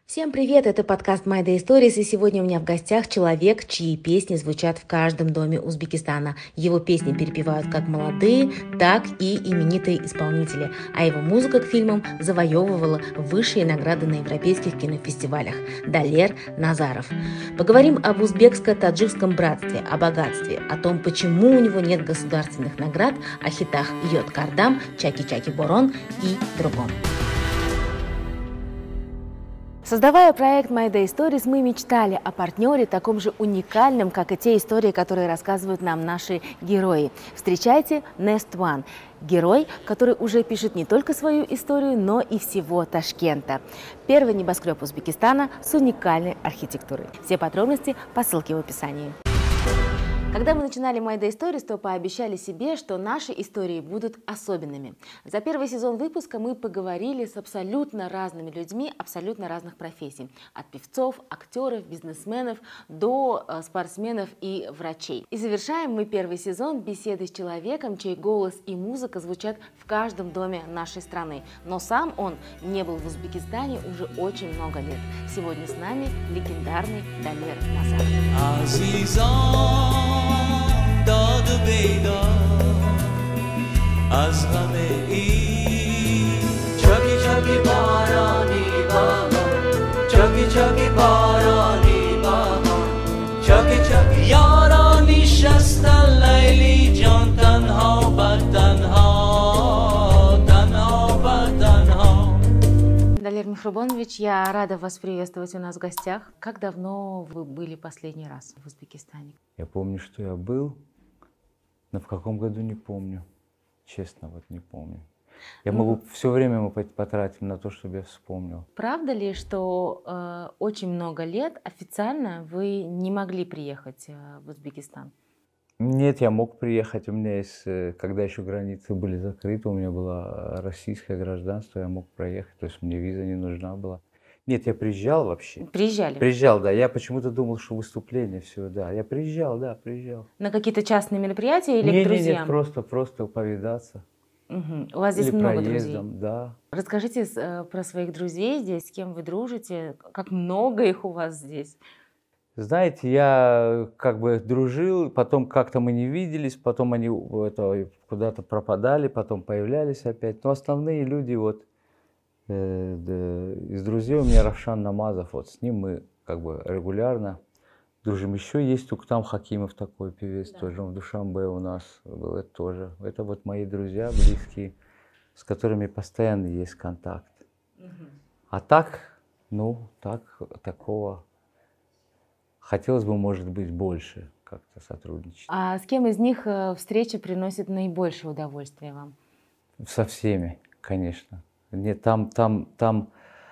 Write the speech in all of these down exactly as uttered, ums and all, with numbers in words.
Всем привет, это подкаст My Day Stories, и сегодня у меня в гостях человек, чьи песни звучат в каждом доме Узбекистана. Его песни перепевают как молодые, так и именитые исполнители, а его музыка к фильмам завоевывала высшие награды на европейских кинофестивалях. Далер Назаров. Поговорим об узбекско-таджикском братстве, о богатстве, о том, почему у него нет государственных наград, о хитах «Йод Кардам», «Чаки-Чаки Борон» и другом. Создавая проект My Day Stories, мы мечтали о партнере, таком же уникальном, как и те истории, которые рассказывают нам наши герои. Встречайте Nest One. Герой, который уже пишет не только свою историю, но и всего Ташкента. Первый небоскреб Узбекистана с уникальной архитектурой. Все подробности по ссылке в описании. Когда мы начинали My Day Stories, то пообещали себе, что наши истории будут особенными. За первый сезон выпуска мы поговорили с абсолютно разными людьми, абсолютно разных профессий. От певцов, актеров, бизнесменов до э, спортсменов и врачей. И завершаем мы первый сезон беседой с человеком, чей голос и музыка звучат в каждом доме нашей страны. Но сам он не был в Узбекистане уже очень много лет. Сегодня с нами легендарный Далер Назаров. داد بیدار از غم این چاکی چاکی بارانی بهار چاکی چاکی بارانی بهار چاکی چاکی یاران نشستن لیلی جان تنها بر تنها تنها بر تنها. Далер Михрубонович, я рада вас приветствовать у нас в гостях. Как давно вы были последний раз в Узбекистане? Я помню, что я был, но в каком году не помню. Честно, вот не помню. Я Ну, могу все время мы потратим на то, чтобы я вспомнил. Правда ли, что э, очень много лет официально вы не могли приехать э, в Узбекистан? Нет, я мог приехать. У меня есть, э, когда еще границы были закрыты, у меня было российское гражданство, я мог проехать. То есть мне виза не нужна была. Нет, я приезжал вообще. Приезжали? Приезжал, да. Я почему-то думал, что выступление, все, да. Я приезжал, да, приезжал. На какие-то частные мероприятия или Не, к не, друзьям? нет, просто, просто повидаться. Мгм. У вас здесь Или много проездом, друзей. да. Расскажите э, про своих друзей здесь, с кем вы дружите, как много их у вас здесь. Знаете, я как бы дружил, потом как-то мы не виделись, потом они у- это, куда-то пропадали, потом появлялись опять. Но основные люди вот э, да, из друзей у меня Равшан Намазов, вот с ним мы как бы регулярно дружим. Еще есть Уктам Хакимов, такой певец, Да. тоже он в Душанбе у нас был, это тоже. Это вот мои друзья близкие, с которыми постоянно есть контакт. А так, ну, так, такого хотелось бы, может быть, больше как-то сотрудничать. А с кем из них э, встреча приносит наибольшее удовольствие вам? Со всеми, конечно. Нет, там, там, там,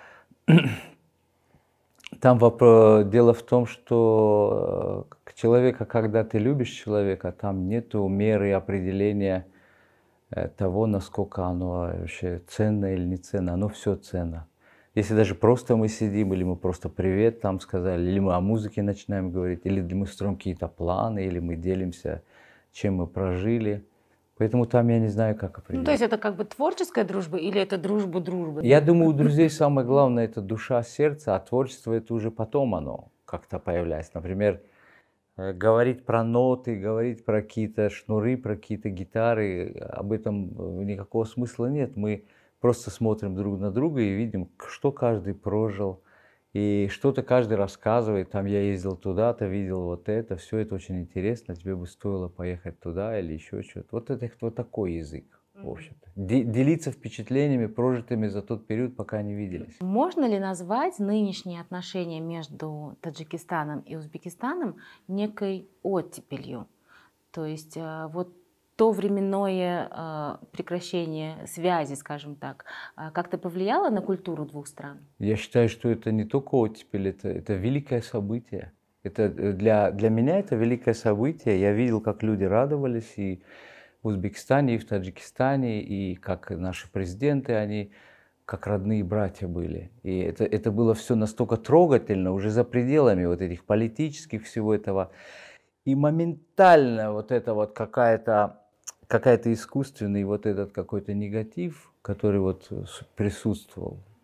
там вопро- дело в том, что э, к человеку, когда ты любишь человека, там нету меры определения э, того, насколько оно вообще ценно или не ценно. Оно все ценно. Если даже просто мы сидим, или мы просто привет там сказали, или мы о музыке начинаем говорить, или мы строим какие-то планы, или мы делимся, чем мы прожили. Поэтому там я не знаю, как Ну, то определить. есть это как бы творческая дружба или это дружба-дружба? Я думаю, у друзей самое главное это душа, сердце, а творчество это уже потом оно как-то появляется. Например, э, говорить про ноты, говорить про какие-то шнуры, про какие-то гитары, об этом э, никакого смысла нет. Мы просто смотрим друг на друга и видим, к- что каждый прожил. И что-то каждый рассказывает, там я ездил туда-то, видел вот это, все это очень интересно, тебе бы стоило поехать туда или еще что-то. Вот это вот такой язык, в общем-то. Де- Делиться впечатлениями, прожитыми за тот период, пока не виделись. Можно ли назвать нынешние отношения между Таджикистаном и Узбекистаном некой оттепелью? То есть э, вот то временное э, прекращение связи, скажем так, э, как-то повлияло на культуру двух стран? Я считаю, что это не только оттепель, это, это великое событие. Это э, для, для меня это великое событие. Я видел, как люди радовались и в Узбекистане, и в Таджикистане, и как наши президенты, они как родные братья были. И это, это было все настолько трогательно, уже за пределами вот этих политических всего этого. И моментально вот это вот какая-то какая-то искусственный вот этот какой-то негатив, который вот с- присутствовал,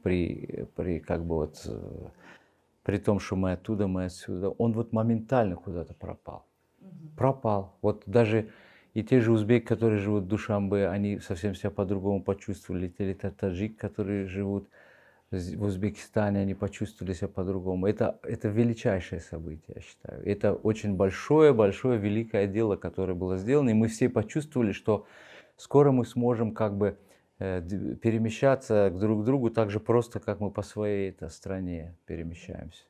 при, при как бы вот, э, при том, что мы оттуда, мы отсюда, он вот моментально куда-то пропал. Mm-hmm. Пропал. Вот даже и те же узбеки, которые живут в Душанбе, они совсем себя по-другому почувствовали. Или таджики, которые живут в Узбекистане, они почувствовали себя по-другому. Это, это величайшее событие, я считаю. Это очень большое, большое, великое дело, которое было сделано. И мы все почувствовали, что скоро мы сможем как бы э, перемещаться друг к другу так же просто, как мы по своей это, стране перемещаемся.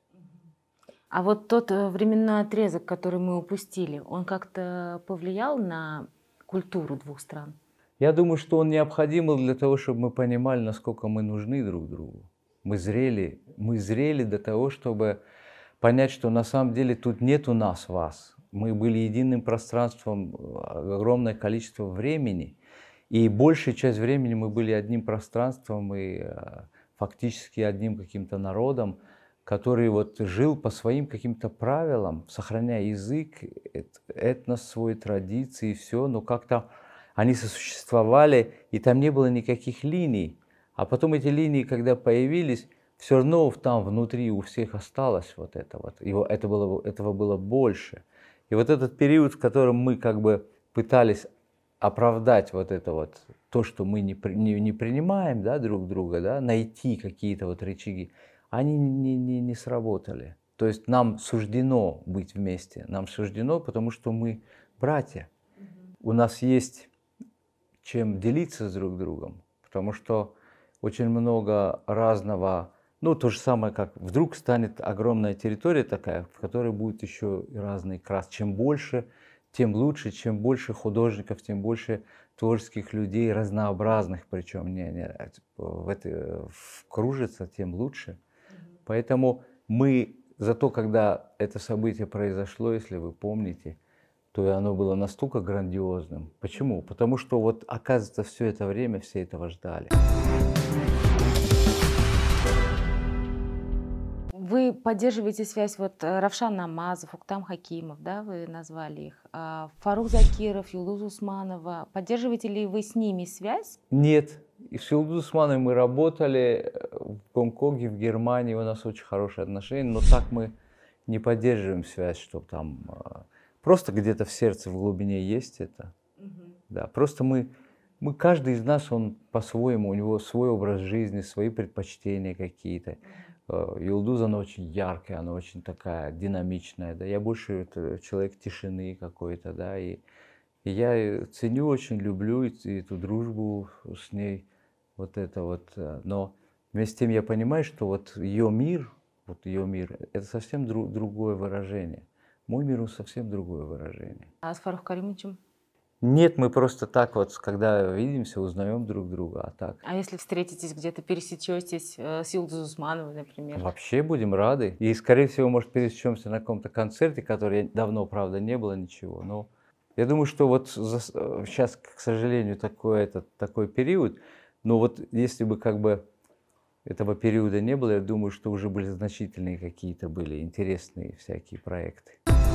А вот тот временной отрезок, который мы упустили, он как-то повлиял на культуру двух стран? Я думаю, что он необходим был для того, чтобы мы понимали, насколько мы нужны друг другу. Мы зрели, мы зрели до того, чтобы понять, что на самом деле тут нету нас, вас. Мы были единым пространством, огромное количество времени. И большая часть времени мы были одним пространством и фактически одним каким-то народом, который вот жил по своим каким-то правилам, сохраняя язык, этнос свой, традиции, все, но как-то они сосуществовали, и там не было никаких линий. А потом эти линии, когда появились, все равно там внутри у всех осталось вот это вот. Его, это было, этого было больше. И вот этот период, в котором мы как бы пытались оправдать вот это вот, то, что мы не, не, не принимаем, да, друг друга, да, найти какие-то вот рычаги, они не, не, не сработали. То есть нам суждено быть вместе. Нам суждено, потому что мы братья. Mm-hmm. У нас есть чем делиться с друг другом, потому что очень много разного, ну то же самое, как вдруг станет огромная территория такая, в которой будет еще и разные краски. Чем больше, тем лучше, чем больше художников, тем больше творческих людей, разнообразных, причем не, не, в это, в, кружится, тем лучше. Mm-hmm. Поэтому мы, зато когда это событие произошло, если вы помните, то оно было настолько грандиозным. Почему? Потому что вот, оказывается, все это время все этого ждали. Вы поддерживаете связь, вот Равшан Намазов, Уктам Хакимов, да, вы назвали их, Фарух Закиров, Юлдуз Усманова. Поддерживаете ли вы с ними связь? Нет. И с Юлдуз Усмановой мы работали в Гонконге, в Германии, у нас очень хорошие отношения, но так мы не поддерживаем связь, чтобы там... Просто где-то в сердце, в глубине есть это. Mm-hmm. Да, просто мы, мы, каждый из нас, он по-своему, у него свой образ жизни, свои предпочтения какие-то. Mm-hmm. Юлдуз, она очень яркая, она очень такая динамичная. Да. Я больше человек тишины какой-то, да, и, и я ценю, очень люблю эту дружбу с ней, вот это вот. Но вместе с тем я понимаю, что вот ее мир, вот ее мир, это совсем дру, другое выражение. Мой мир, он совсем другое выражение. А с Фарухом Каримовичем? Нет, мы просто так вот, когда видимся, узнаем друг друга, а так. А если встретитесь где-то, пересечетесь э, с Юлдуз Усмановой, например? Вообще будем рады. И, скорее всего, может, пересечемся на каком-то концерте, который давно, правда, не было ничего. Но я думаю, что вот за, сейчас, к сожалению, такой, этот, такой период. Но вот если бы как бы этого периода не было, я думаю, что уже были значительные какие-то были интересные всякие проекты.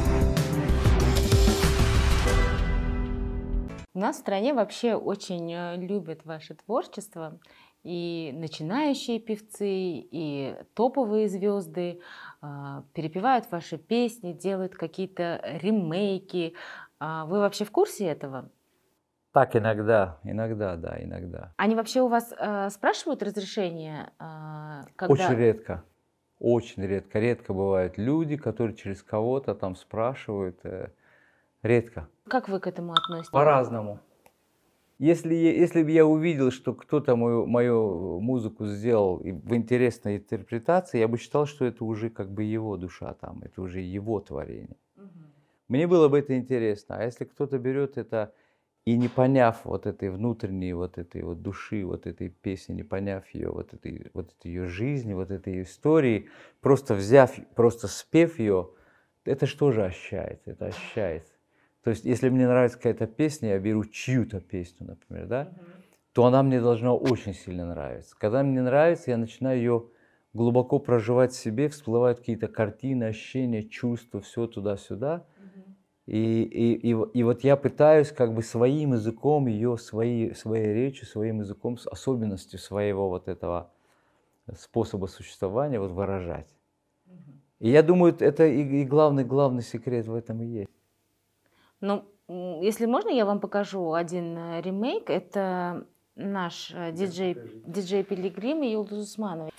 У нас в стране вообще очень любят ваше творчество. И начинающие певцы, и топовые звезды э, перепевают ваши песни, делают какие-то ремейки. Э, вы вообще в курсе этого? Так, иногда, иногда, да, иногда. Они вообще у вас э, спрашивают разрешение? Э, когда... Очень редко, очень редко. Редко бывают люди, которые через кого-то там спрашивают. Э, редко. Как вы к этому относитесь? По-разному. Если, если бы я увидел, что кто-то мою, мою музыку сделал в интересной интерпретации, я бы считал, что это уже как бы его душа там, это уже его творение. Угу. Мне было бы это интересно. А если кто-то берет это и не поняв вот этой внутренней вот этой вот души, вот этой песни, не поняв ее, вот этой, вот этой ее жизни, вот этой ее истории, просто взяв, просто спев ее, это что же ощущается? Это ощущается. То есть, если мне нравится какая-то песня, я беру чью-то песню, например, да, uh-huh. то она мне должна очень сильно нравиться. Когда мне нравится, я начинаю ее глубоко проживать в себе, всплывают какие-то картины, ощущения, чувства, все туда-сюда. Uh-huh. И, и, и, и вот я пытаюсь как бы своим языком ее, своей, своей речью, своим языком, с особенностью своего вот этого способа существования вот выражать. И я думаю, это и, и главный, главный секрет в этом и есть. Ну, м, если можно, я вам покажу один э, ремейк. Это наш э, диджей, диджей Пилигрим и Юлдуз Усманова.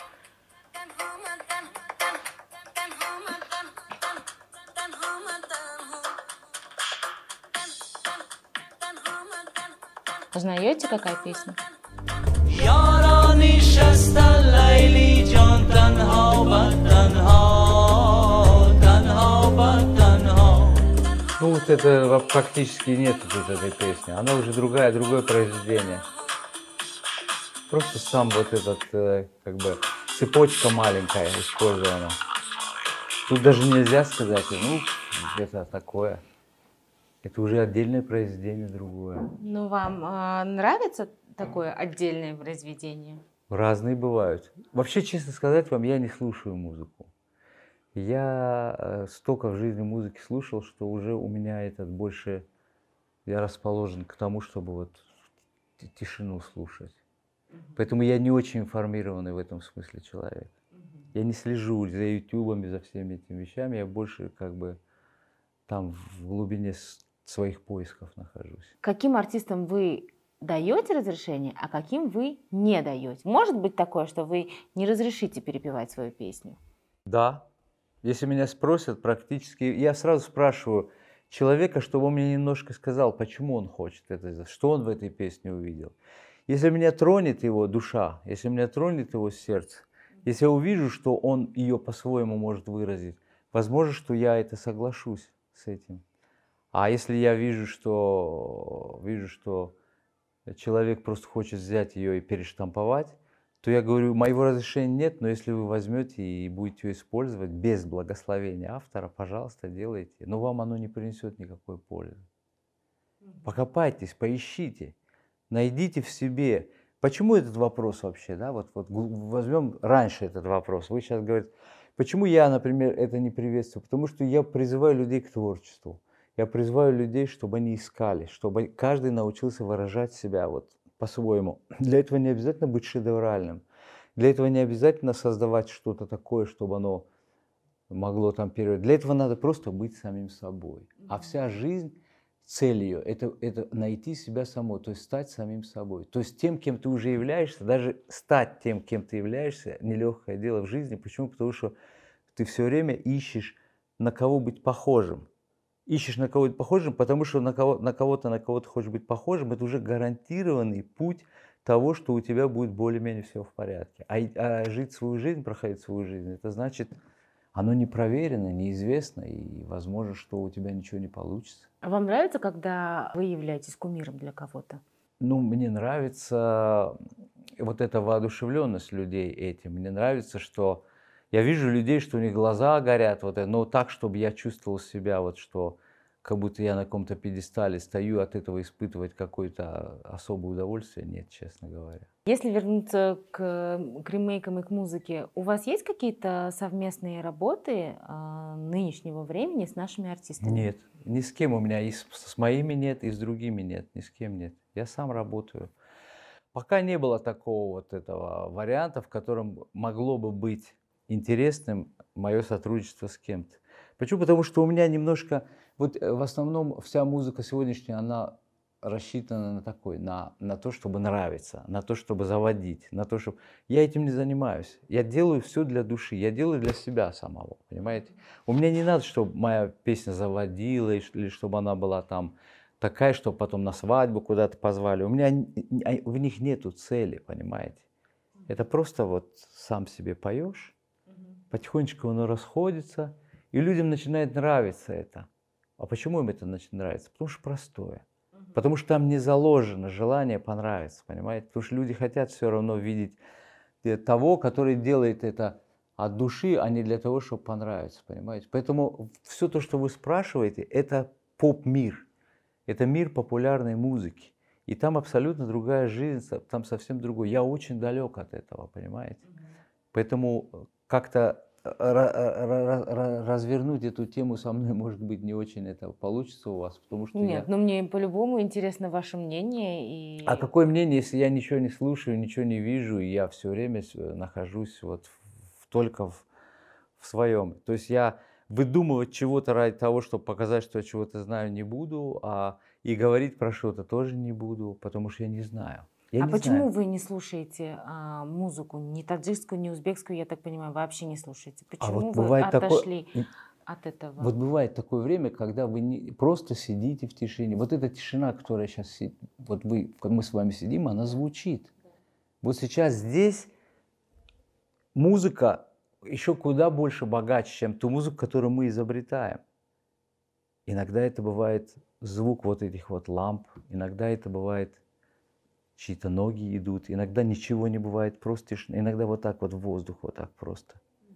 Узнаете, какая песня? یارا نشستن لیلی جان تنها و تنها تنها و تنها. Ну вот это во- практически нет вот этой песни. Она уже другая, другое произведение. Просто сам вот этот, э, как бы, цепочка маленькая использована. Тут даже нельзя сказать, ну, это такое. Это уже отдельное произведение другое. Ну, вам э, нравится такое отдельное произведение? Разные бывают. Вообще, честно сказать вам, я не слушаю музыку. Я э, столько в жизни музыки слушал, что уже у меня этот больше, я расположен к тому, чтобы вот ти- тишину слушать. Поэтому я не очень информированный в этом смысле человек. Я не слежу за ютубами, за всеми этими вещами, я больше как бы там в глубине с- своих поисков нахожусь. Каким артистам вы даете разрешение, а каким вы не даете? Может быть такое, что вы не разрешите перепевать свою песню? Да. Если меня спросят, практически, я сразу спрашиваю человека, чтобы он мне немножко сказал, почему он хочет это сделать, что он в этой песне увидел. Если меня тронет его душа, если меня тронет его сердце, если я увижу, что он ее по-своему может выразить, возможно, что я это соглашусь с этим. А если я вижу, что, вижу, что человек просто хочет взять ее и перештамповать, то я говорю, моего разрешения нет, но если вы возьмете и будете ее использовать без благословения автора, пожалуйста, делайте. Но вам оно не принесет никакой пользы. Покопайтесь, поищите, найдите в себе. Почему этот вопрос вообще, да, вот, вот гу- возьмем раньше этот вопрос. Вы сейчас говорите, почему я, например, это не приветствую? Потому что я призываю людей к творчеству. Я призываю людей, чтобы они искали, чтобы каждый научился выражать себя вот по-своему. Для этого не обязательно быть шедевральным. Для этого не обязательно создавать что-то такое, чтобы оно могло там переводить. Для этого надо просто быть самим собой. А вся жизнь, цель ее, это, это найти себя самой, то есть стать самим собой. То есть тем, кем ты уже являешься, даже стать тем, кем ты являешься, нелегкое дело в жизни. Почему? Потому что ты все время ищешь, на кого быть похожим. Ищешь на кого-то похожим, потому что на, кого, на кого-то, на кого ты хочешь быть похожим, это уже гарантированный путь того, что у тебя будет более-менее все в порядке. А, и- а жить свою жизнь, проходить свою жизнь, это значит, оно не проверено, неизвестно, и возможно, что у тебя ничего не получится. А вам нравится, когда вы являетесь кумиром для кого-то? Ну, мне нравится вот эта воодушевленность людей этим. Мне нравится, что я вижу людей, что у них глаза горят, вот, это, но так, чтобы я чувствовал себя, вот, что как будто я на каком-то пьедестале стою, от этого испытывать какое-то особое удовольствие, нет, честно говоря. Если вернуться к, к ремейкам и к музыке, у вас есть какие-то совместные работы а, нынешнего времени с нашими артистами? Нет, ни с кем у меня, и с, с моими нет, и с другими нет, ни с кем нет. Я сам работаю. Пока не было такого вот этого варианта, в котором могло бы быть интересным мое сотрудничество с кем-то. Почему? Потому что у меня немножко, вот э, в основном вся музыка сегодняшняя, она рассчитана на такой, на, на то, чтобы нравиться, на то, чтобы заводить, на то, чтобы... Я этим не занимаюсь. Я делаю все для души, я делаю для себя самого, понимаете? У меня не надо, чтобы моя песня заводила, и ш- или чтобы она была там такая, чтобы потом на свадьбу куда-то позвали. У меня н- н- а- в них нету цели, понимаете? Это просто вот сам себе поешь, потихонечку оно расходится, и людям начинает нравиться это. А почему им это начинает нравиться? Потому что простое. Потому что там не заложено желание понравиться, понимаете? Потому что люди хотят все равно видеть э, того, который делает это от души, а не для того, чтобы понравиться, понимаете? Поэтому все то, что вы спрашиваете, это поп-мир. Это мир популярной музыки. И там абсолютно другая жизнь, со- там совсем другой. Я очень далек от этого, понимаете? Поэтому как-то ра- ра- ра- развернуть эту тему со мной, может быть, не очень это получится у вас, потому что Нет, я... но мне по-любому интересно ваше мнение. А И какое мнение, если я ничего не слушаю, ничего не вижу, и я все время с- нахожусь вот в- в- только в, в своем. То есть я выдумывать чего-то ради того, чтобы показать, что я чего-то знаю, не буду, а и говорить про что-то тоже не буду, потому что я не знаю. Я А не почему знаю. вы не слушаете а, музыку? Ни таджикскую, ни узбекскую, я так понимаю, вообще не слушаете. А Почему вот вы бывает такое, отошли от этого? вот бывает такое время, когда вы не, просто сидите в тишине. Вот эта тишина, которая сейчас, вот вы, как мы с вами сидим, она звучит. Вот сейчас здесь музыка еще куда больше богаче, чем ту музыку, которую мы изобретаем. Иногда это бывает звук вот этих вот ламп, иногда это бывает чьи-то ноги идут, иногда ничего не бывает, просто тишина, иногда вот так вот в воздух, вот так просто.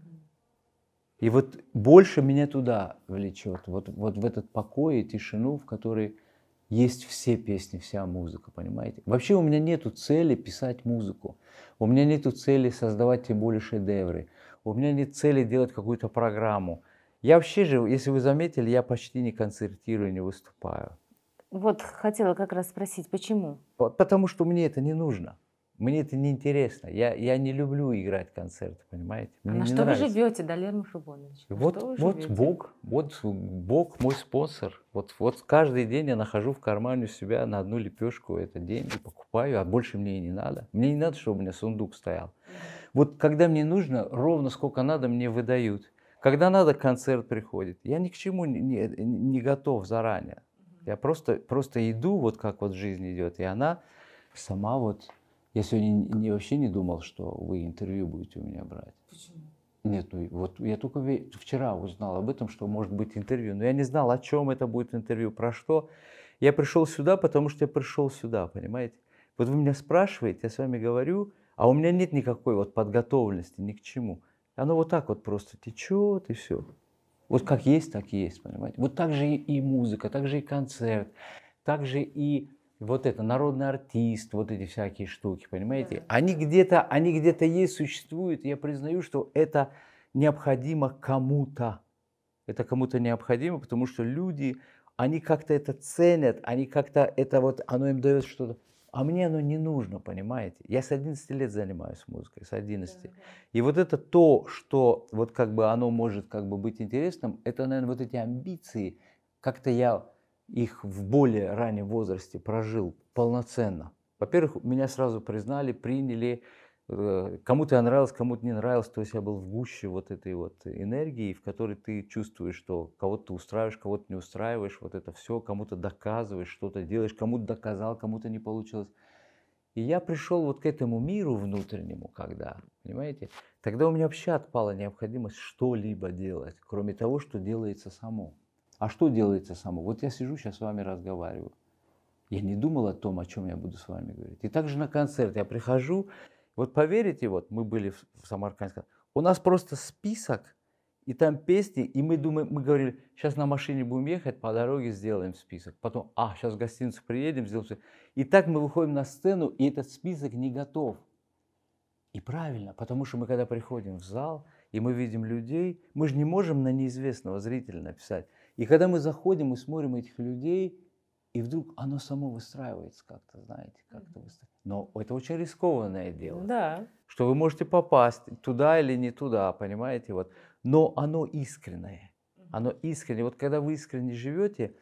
И вот больше меня туда влечет, вот, вот в этот покой и тишину, в которой есть все песни, вся музыка, понимаете? Вообще у меня нету цели писать музыку, у меня нету цели создавать тем более шедевры, у меня нет цели делать какую-то программу. Я вообще же, если вы заметили, я почти не концертирую, не выступаю. Вот хотела как раз спросить, почему? По- Потому что мне это не нужно. Мне это не интересно. Я, я не люблю играть концерты, понимаете? А Мне на не что нравится. вы живете, Далер Мухрибонович? На Вот, что вы вот живете? Бог, вот Бог мой спонсор. Вот, вот каждый день я нахожу в кармане у себя на одну лепешку это деньги, покупаю, а больше мне и не надо. Мне не надо, чтобы у меня сундук стоял. Вот когда мне нужно, ровно сколько надо, мне выдают. Когда надо, концерт приходит. Я ни к чему не, не, не готов заранее. Я просто, просто иду, вот как вот жизнь идет, и она сама вот... Я сегодня не, вообще не думал, что вы интервью будете у меня брать. Почему? Нет, ну вот я только ве- вчера узнал об этом, что может быть интервью. Но я не знал, о чем это будет интервью, про что. Я пришел сюда, потому что я пришел сюда, понимаете? Вот вы меня спрашиваете, я с вами говорю, а у меня нет никакой вот подготовленности ни к чему. Оно вот так вот просто течет и все. Вот как есть, так и есть, понимаете? Вот так же и, и музыка, так же и концерт, так же и вот это народный артист, вот эти всякие штуки, понимаете? Да. Они где-то, они где-то есть, существуют. И я признаю, что это необходимо кому-то. Это кому-то необходимо, потому что люди, они как-то это ценят, они как-то это вот, оно им дает что-то. А мне оно не нужно, понимаете? Я с одиннадцати лет занимаюсь музыкой, с одиннадцати. Да, да. И вот это то, что вот как бы оно может как бы быть интересным, это, наверное, вот эти амбиции, как-то я их в более раннем возрасте прожил полноценно. Во-первых, меня сразу признали, приняли, э, кому-то я нравился, кому-то не нравился, то есть я был в гуще вот этой вот энергии, в которой ты чувствуешь, что кого-то ты устраиваешь, кого-то не устраиваешь, вот это все, кому-то доказываешь, что-то делаешь, кому-то доказал, кому-то не получилось. И я пришел вот к этому миру внутреннему, когда, понимаете, тогда у меня вообще отпала необходимость что-либо делать, кроме того, что делается само. А что делается само? Вот я сижу, сейчас с вами разговариваю. Я не думал о том, о чем я буду с вами говорить. И также на концерт я прихожу, вот поверите, вот мы были в в Самарканде, у нас просто список, и там песни, и мы думаем, мы говорили, сейчас на машине будем ехать, по дороге сделаем список. Потом, а, сейчас в гостиницу приедем, сделаем список. И так мы выходим на сцену, и этот список не готов. И правильно, потому что мы когда приходим в зал, и мы видим людей, мы же не можем на неизвестного зрителя написать. И когда мы заходим и смотрим этих людей, и вдруг оно само выстраивается как-то, знаете, как-то выстраивается. Но это очень рискованное дело, Да. что вы можете попасть туда или не туда, понимаете, вот. Но оно искреннее, оно искреннее. Вот когда вы искренне живете,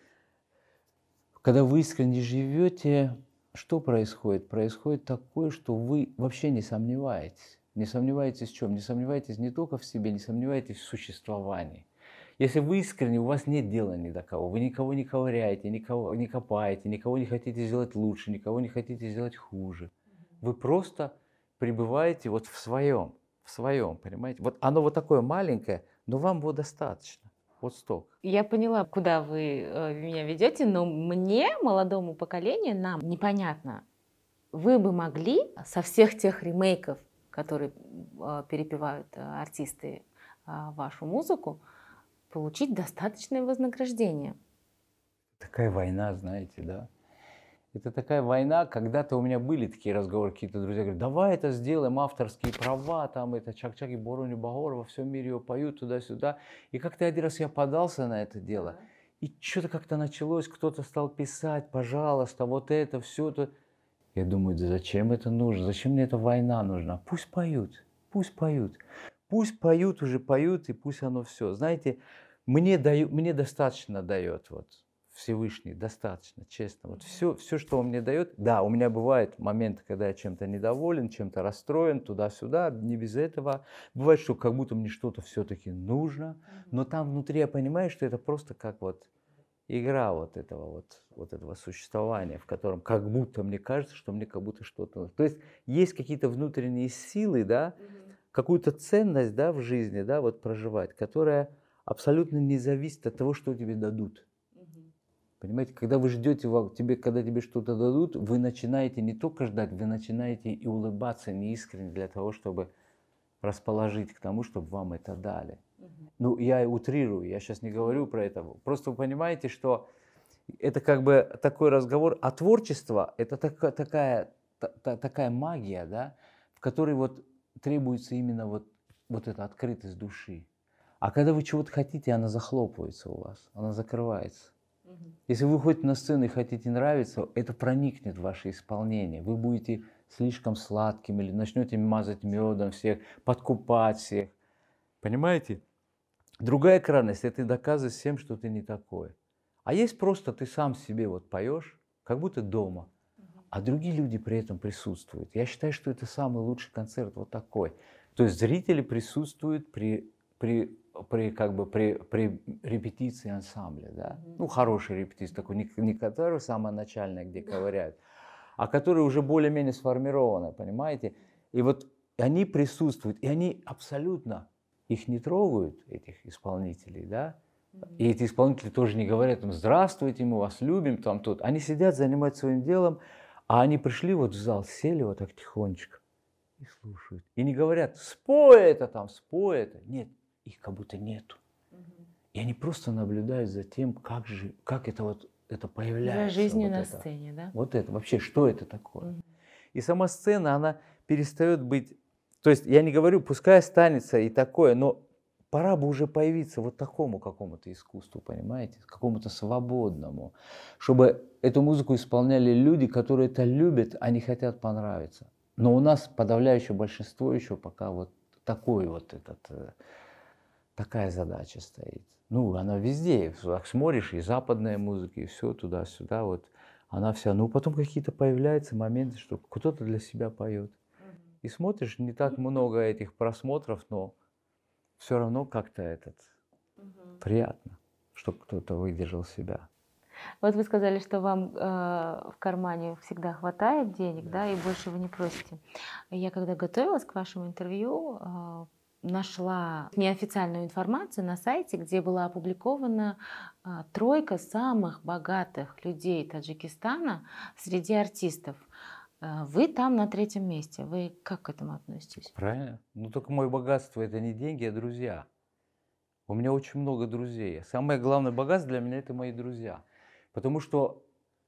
когда вы искренне живете, что происходит? Происходит такое, что вы вообще не сомневаетесь. Не сомневаетесь в чем? Не сомневаетесь не только в себе, не сомневаетесь в существовании. Если вы искренне, у вас нет дела ни до кого, вы никого не ковыряете, никого не копаете, никого не хотите сделать лучше, никого не хотите сделать хуже. Вы просто пребываете вот в своем, в своем, понимаете? Вот оно вот такое маленькое, но вам его достаточно. Вот столько. Я поняла, куда вы э, меня ведете, но мне, молодому поколению, нам непонятно. Вы бы могли со всех тех ремейков, которые э, перепевают э, артисты э, вашу музыку, получить достаточное вознаграждение. Такая война, знаете, да. Это такая война, когда-то у меня были такие разговоры, какие-то друзья говорят, давай это сделаем, авторские права, там это Чак-Чак и Борони Багор во всем мире его поют туда-сюда. И как-то один раз я подался на это дело, и что-то как-то началось, кто-то стал писать, пожалуйста, вот это, все это. Я думаю, да зачем это нужно, зачем мне эта война нужна? Пусть поют, пусть поют, пусть поют, уже поют, и пусть оно все. Знаете, мне, даю, мне достаточно дает вот. Всевышний, достаточно, честно. Вот все, все, что он мне дает. Да, у меня бывают моменты, когда я чем-то недоволен, чем-то расстроен, туда-сюда, не без этого. Бывает, что как будто мне что-то все-таки нужно, но там внутри я понимаю, что это просто как вот игра вот этого вот, вот этого существования, в котором как будто мне кажется, что мне как будто что-то... То есть есть какие-то внутренние силы, да, какую-то ценность, да, в жизни, да, вот проживать, которая абсолютно не зависит от того, что тебе дадут. Понимаете, когда вы ждете, тебе, когда тебе что-то дадут, вы начинаете не только ждать, вы начинаете и улыбаться неискренне для того, чтобы расположить к тому, чтобы вам это дали. Угу. Ну, я утрирую, я сейчас не говорю про это. Просто вы понимаете, что это как бы такой разговор, а творчество – это так, такая, та, такая магия, да, в которой вот требуется именно вот, вот эта открытость души. А когда вы чего-то хотите, она захлопывается у вас, она закрывается. Если вы выходите на сцену и хотите нравиться, это проникнет в ваше исполнение. Вы будете слишком сладким или начнете мазать медом всех, подкупать всех. Понимаете? Другая крайность – это ты доказываешь всем, что ты не такой. А есть просто ты сам себе вот поешь, как будто дома, а другие люди при этом присутствуют. Я считаю, что это самый лучший концерт вот такой. То есть зрители присутствуют при... при при, как бы, при, при репетиции ансамбля, да? Mm-hmm. Ну, хороший репетиция, такой, не, не который самая начальная, где ковыряют, а который уже более-менее сформированы, понимаете? И вот они присутствуют, и они абсолютно, их не трогают, этих исполнителей, да? Mm-hmm. И эти исполнители тоже не говорят, там, здравствуйте, мы вас любим, там, тут. Они сидят, занимаются своим делом, а они пришли вот в зал, сели вот так тихонечко и слушают. И не говорят, спой это там, спой это. Нет. Их как будто нету. Угу. И они просто наблюдают за тем, как же, как это вот это появляется. За жизнью вот на это. сцене, да? Вот это, вообще, что это такое? Угу. И сама сцена, она перестает быть... То есть я не говорю, пускай останется и такое, но пора бы уже появиться вот такому какому-то искусству, понимаете? Какому-то свободному. Чтобы эту музыку исполняли люди, которые это любят, а не хотят понравиться. Но у нас подавляющее большинство еще пока вот такой вот этот... Такая задача стоит. Ну, она везде. Смотришь, и западная музыка, и все туда-сюда. Вот она вся. Ну, потом какие-то появляются моменты, что кто-то для себя поет. И смотришь, не так много этих просмотров, но все равно как-то этот приятно, что кто-то выдержал себя. Вот вы сказали, что вам э, в кармане всегда хватает денег, да, и больше вы не просите. Я когда готовилась к вашему интервью, э, нашла неофициальную информацию на сайте, где была опубликована а, тройка самых богатых людей Таджикистана среди артистов. А, вы там на третьем месте. Вы как к этому относитесь? Правильно. Ну только мое богатство — это не деньги, а друзья. У меня очень много друзей. Самое главное богатство для меня — это мои друзья. Потому что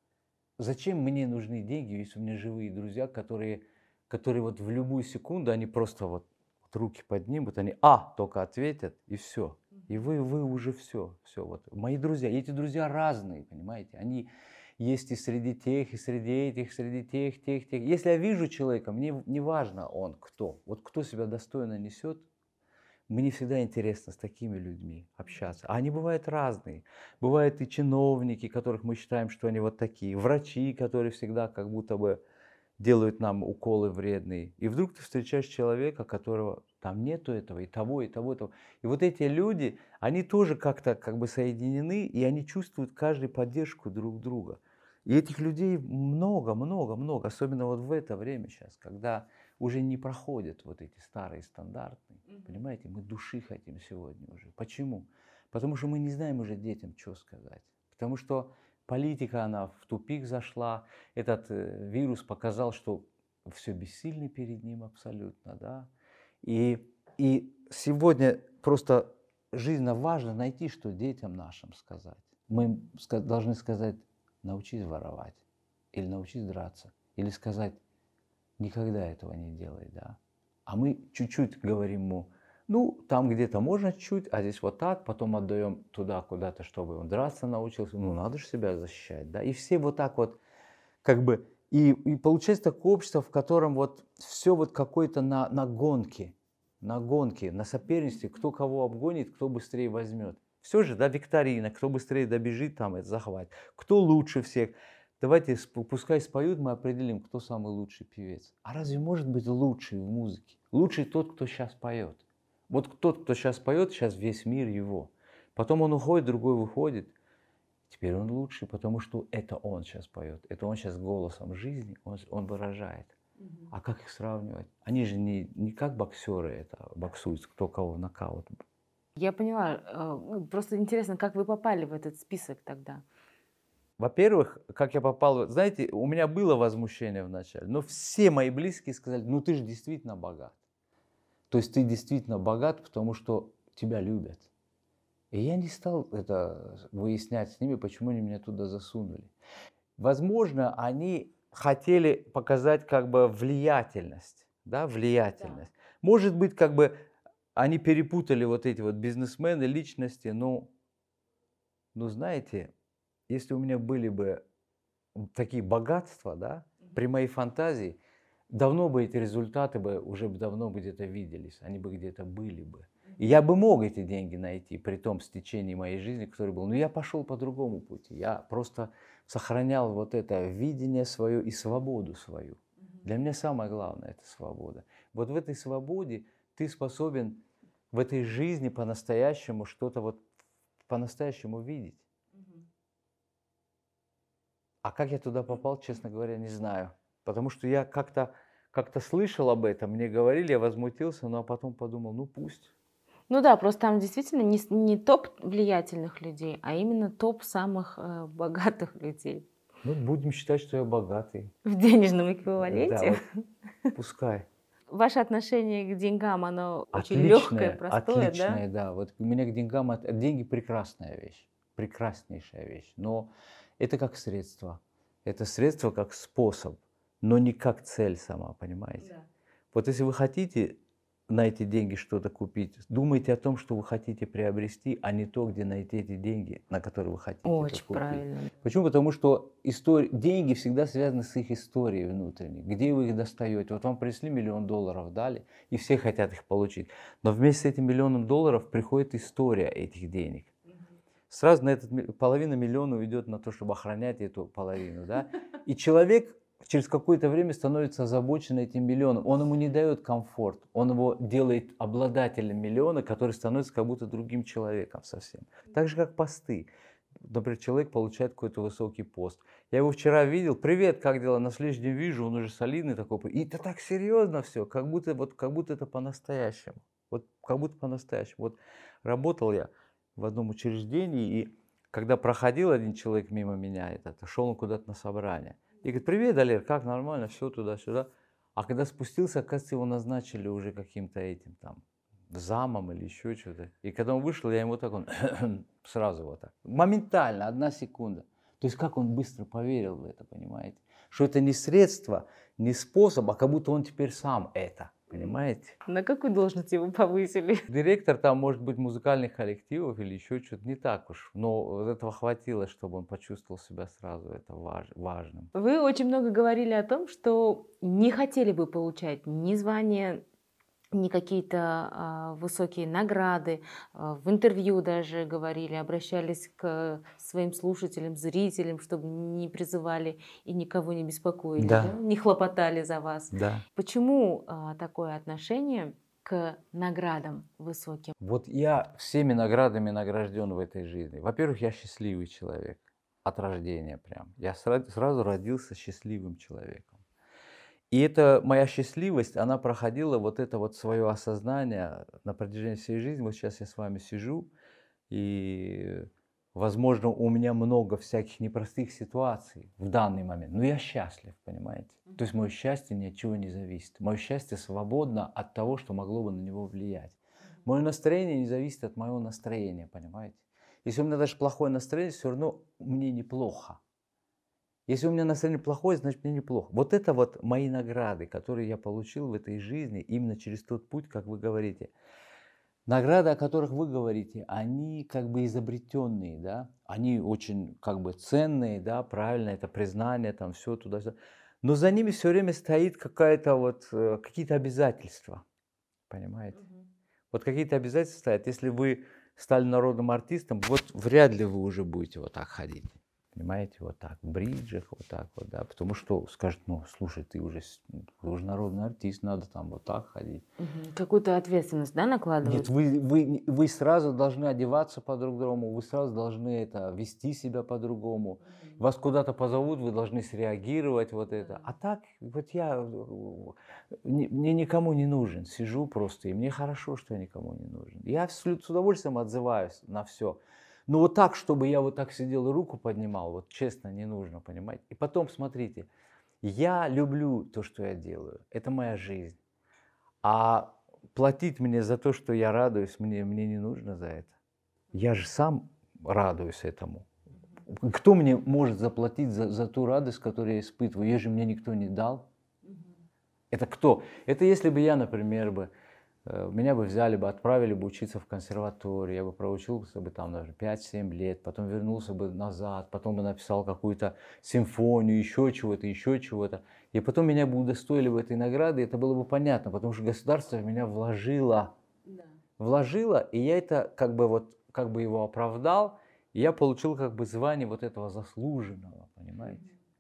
зачем мне нужны деньги, если у меня живые друзья, которые, которые вот в любую секунду, они просто вот руки поднимут, они «а» только ответят, и все. И вы, вы уже все, все. Вот. Мои друзья, эти друзья разные, понимаете, они есть и среди тех, и среди этих, среди тех, тех, тех. Если я вижу человека, мне не важно он кто, вот кто себя достойно несет, мне всегда интересно с такими людьми общаться. А они бывают разные. Бывают и чиновники, которых мы считаем, что они вот такие, врачи, которые всегда как будто бы делают нам уколы вредные. И вдруг ты встречаешь человека, которого там нету этого, и того, и того, и того. И вот эти люди, они тоже как-то как бы соединены, и они чувствуют каждый поддержку друг друга. И этих людей много, много, много. Особенно вот в это время сейчас, когда уже не проходят вот эти старые стандартные. Mm-hmm. Понимаете, мы души хотим сегодня уже. Почему? Потому что мы не знаем уже детям, что сказать. Потому что политика, она в тупик зашла. Этот э, вирус показал, что все бессильны перед ним абсолютно, да. И, и сегодня просто жизненно важно найти, что детям нашим сказать. Мы должны сказать: научись воровать. или научись драться, или сказать, никогда этого не делай, да. А мы чуть-чуть говорим ему, ну, там где-то можно чуть, а здесь вот так, потом отдаем туда куда-то, чтобы он драться научился. Ну, надо же себя защищать, да. И все вот так вот, как бы, и, и получается такое общество, в котором вот все вот какое-то на, на гонке, на гонке, на соперничестве, кто кого обгонит, кто быстрее возьмет. Все же, да, викторина, кто быстрее добежит, там, это захватит. Кто лучше всех. Давайте, пускай споют, мы определим, кто самый лучший певец. А разве может быть лучший в музыке? Лучший тот, кто сейчас поет. Вот тот, кто сейчас поет, сейчас весь мир его. Потом он уходит, другой выходит. Теперь он лучший, потому что это он сейчас поет. Это он сейчас голосом жизни, он, он выражает. Угу. А как их сравнивать? Они же не, не как боксеры это боксуют, кто кого в нокаут. Я поняла. Просто интересно, как вы попали в этот список тогда? Во-первых, как я попал, знаете, у меня было возмущение вначале, но все мои близкие сказали, ну ты же действительно богат. То есть ты действительно богат, потому что тебя любят. И я не стал это выяснять с ними, почему они меня туда засунули. Возможно, они хотели показать как бы влиятельность, да, влиятельность. Да. Может быть, как бы они перепутали вот эти вот бизнесмены, личности, но, ну знаете, если у меня были бы такие богатства, да, при моей фантазии, давно бы эти результаты бы уже давно где-то виделись, они бы где-то были бы. И я бы мог эти деньги найти при том стечении моей жизни, который был. Но я пошел по другому пути. Я просто сохранял вот это видение свое и свободу свою. Для меня самое главное – это свобода. Вот в этой свободе ты способен в этой жизни по-настоящему что-то вот по-настоящему видеть. А как я туда попал, честно говоря, не знаю. Потому что я как-то как-то слышал об этом, мне говорили, я возмутился, но потом подумал, ну пусть. Ну да, просто там действительно не, не топ влиятельных людей, а именно топ самых э, богатых людей. Ну, будем считать, что я богатый. В денежном эквиваленте? Да, вот, пускай. Ваше отношение к деньгам, оно отличное, очень легкое, простое, отличное, да? да. Вот у меня к деньгам, деньги прекрасная вещь, прекраснейшая вещь. Но это как средство. Это средство как способ, но не как цель сама, понимаете? Да. Вот если вы хотите на эти деньги что-то купить, думайте о том, что вы хотите приобрести, а не то, где найти эти деньги, на которые вы хотите Очень это купить. Правильно. Почему? Потому что история, деньги всегда связаны с их историей внутренней. Где вы их достаете? Вот вам принесли миллион долларов, дали, и все хотят их получить. Но вместе с этим миллионом долларов приходит история этих денег. Сразу на этот половина миллиона уйдет на то, чтобы охранять эту половину, да? И человек через какое-то время становится озабочен этим миллионом. Он ему не дает комфорт, он его делает обладателем миллиона, который становится как будто другим человеком совсем. Так же, как посты. Например, человек получает какой-то высокий пост. Я его вчера видел, привет, как дела? На следующий день вижу, он уже солидный такой. И это так серьезно все, как будто, вот, как будто это по-настоящему. Вот как будто по-настоящему. Вот работал я в одном учреждении, и когда проходил один человек мимо меня, этот, шел он куда-то на собрание. И говорит, привет, Алер, как нормально, все туда-сюда. А когда спустился, оказывается, его назначили уже каким-то этим там замом или еще что-то. И когда он вышел, я ему так, он сразу вот так. Моментально, одна секунда. То есть как он быстро поверил в это, понимаете? Что это не средство, не способ, а как будто он теперь сам это. Понимаете? На какую должность его повысили? Директор там, может быть, музыкальных коллективов или еще что-то, не так уж. Но этого хватило, чтобы он почувствовал себя сразу это важ, важным. Вы очень много говорили о том, что не хотели бы получать ни звания, ни какие-то а, высокие награды. А, в интервью даже говорили, обращались к своим слушателям, зрителям, чтобы не призывали и никого не беспокоили, да. Да? Не хлопотали за вас. Да. Почему а, такое отношение к наградам высоким? Вот я всеми наградами награжден в этой жизни. Во-первых, я счастливый человек от рождения прям. Я сразу, сразу родился счастливым человеком. И эта моя счастливость, она проходила вот это вот свое осознание на протяжении всей жизни. Вот сейчас я с вами сижу, и, возможно, у меня много всяких непростых ситуаций в данный момент. Но я счастлив, понимаете? То есть мое счастье ни от чего не зависит. Мое счастье свободно от того, что могло бы на него влиять. Мое настроение не зависит от моего настроения, понимаете? Если у меня даже плохое настроение, все равно мне неплохо. Если у меня настроение плохое, значит мне неплохо. Вот это вот мои награды, которые я получил в этой жизни именно через тот путь, как вы говорите. Награды, о которых вы говорите, они как бы изобретенные, да, они очень как бы ценные, да, правильно, это признание, там все туда-сюда. Но за ними все время стоит какая-то вот, э, какие-то обязательства, понимаете? Вот какие-то обязательства стоят. Если вы стали народным артистом, вот вряд ли вы уже будете вот так ходить. Понимаете, вот так, в бриджах, вот так вот, да, потому что скажут, ну, слушай, ты уже, с- ты уже народный артист, надо там вот так ходить. Мгм. Какую-то ответственность, да, Нет, накладывают? вы, вы, вы сразу должны одеваться по-другому, вы сразу должны это, вести себя по-другому. Вас куда-то позовут, вы должны среагировать, вот это. А так, вот я, э, не- мне никому не нужен, сижу просто, и мне хорошо, что я никому не нужен. Я с, лю- с удовольствием отзываюсь на все. Но вот так, чтобы я вот так сидел и руку поднимал, вот честно, не нужно, понимаете. И потом, смотрите, я люблю то, что я делаю, это моя жизнь. А платить мне за то, что я радуюсь, мне, мне не нужно за это. Я же сам радуюсь этому. Кто мне может заплатить за, за ту радость, которую я испытываю? Ее же мне никто не дал. Это кто? Это если бы я, например, бы, э, меня бы взяли бы, отправили бы учиться в консерваторию, я бы проучился бы там, даже пять-семь лет, потом вернулся бы назад, потом бы написал какую-то симфонию, еще чего-то, еще чего-то. И потом меня бы удостоили бы этой награды, и это было бы понятно, потому что государство в меня вложило. Вложило, и я это как бы вот, как бы его оправдал, и я получил как бы звание вот этого заслуженного, понимаете?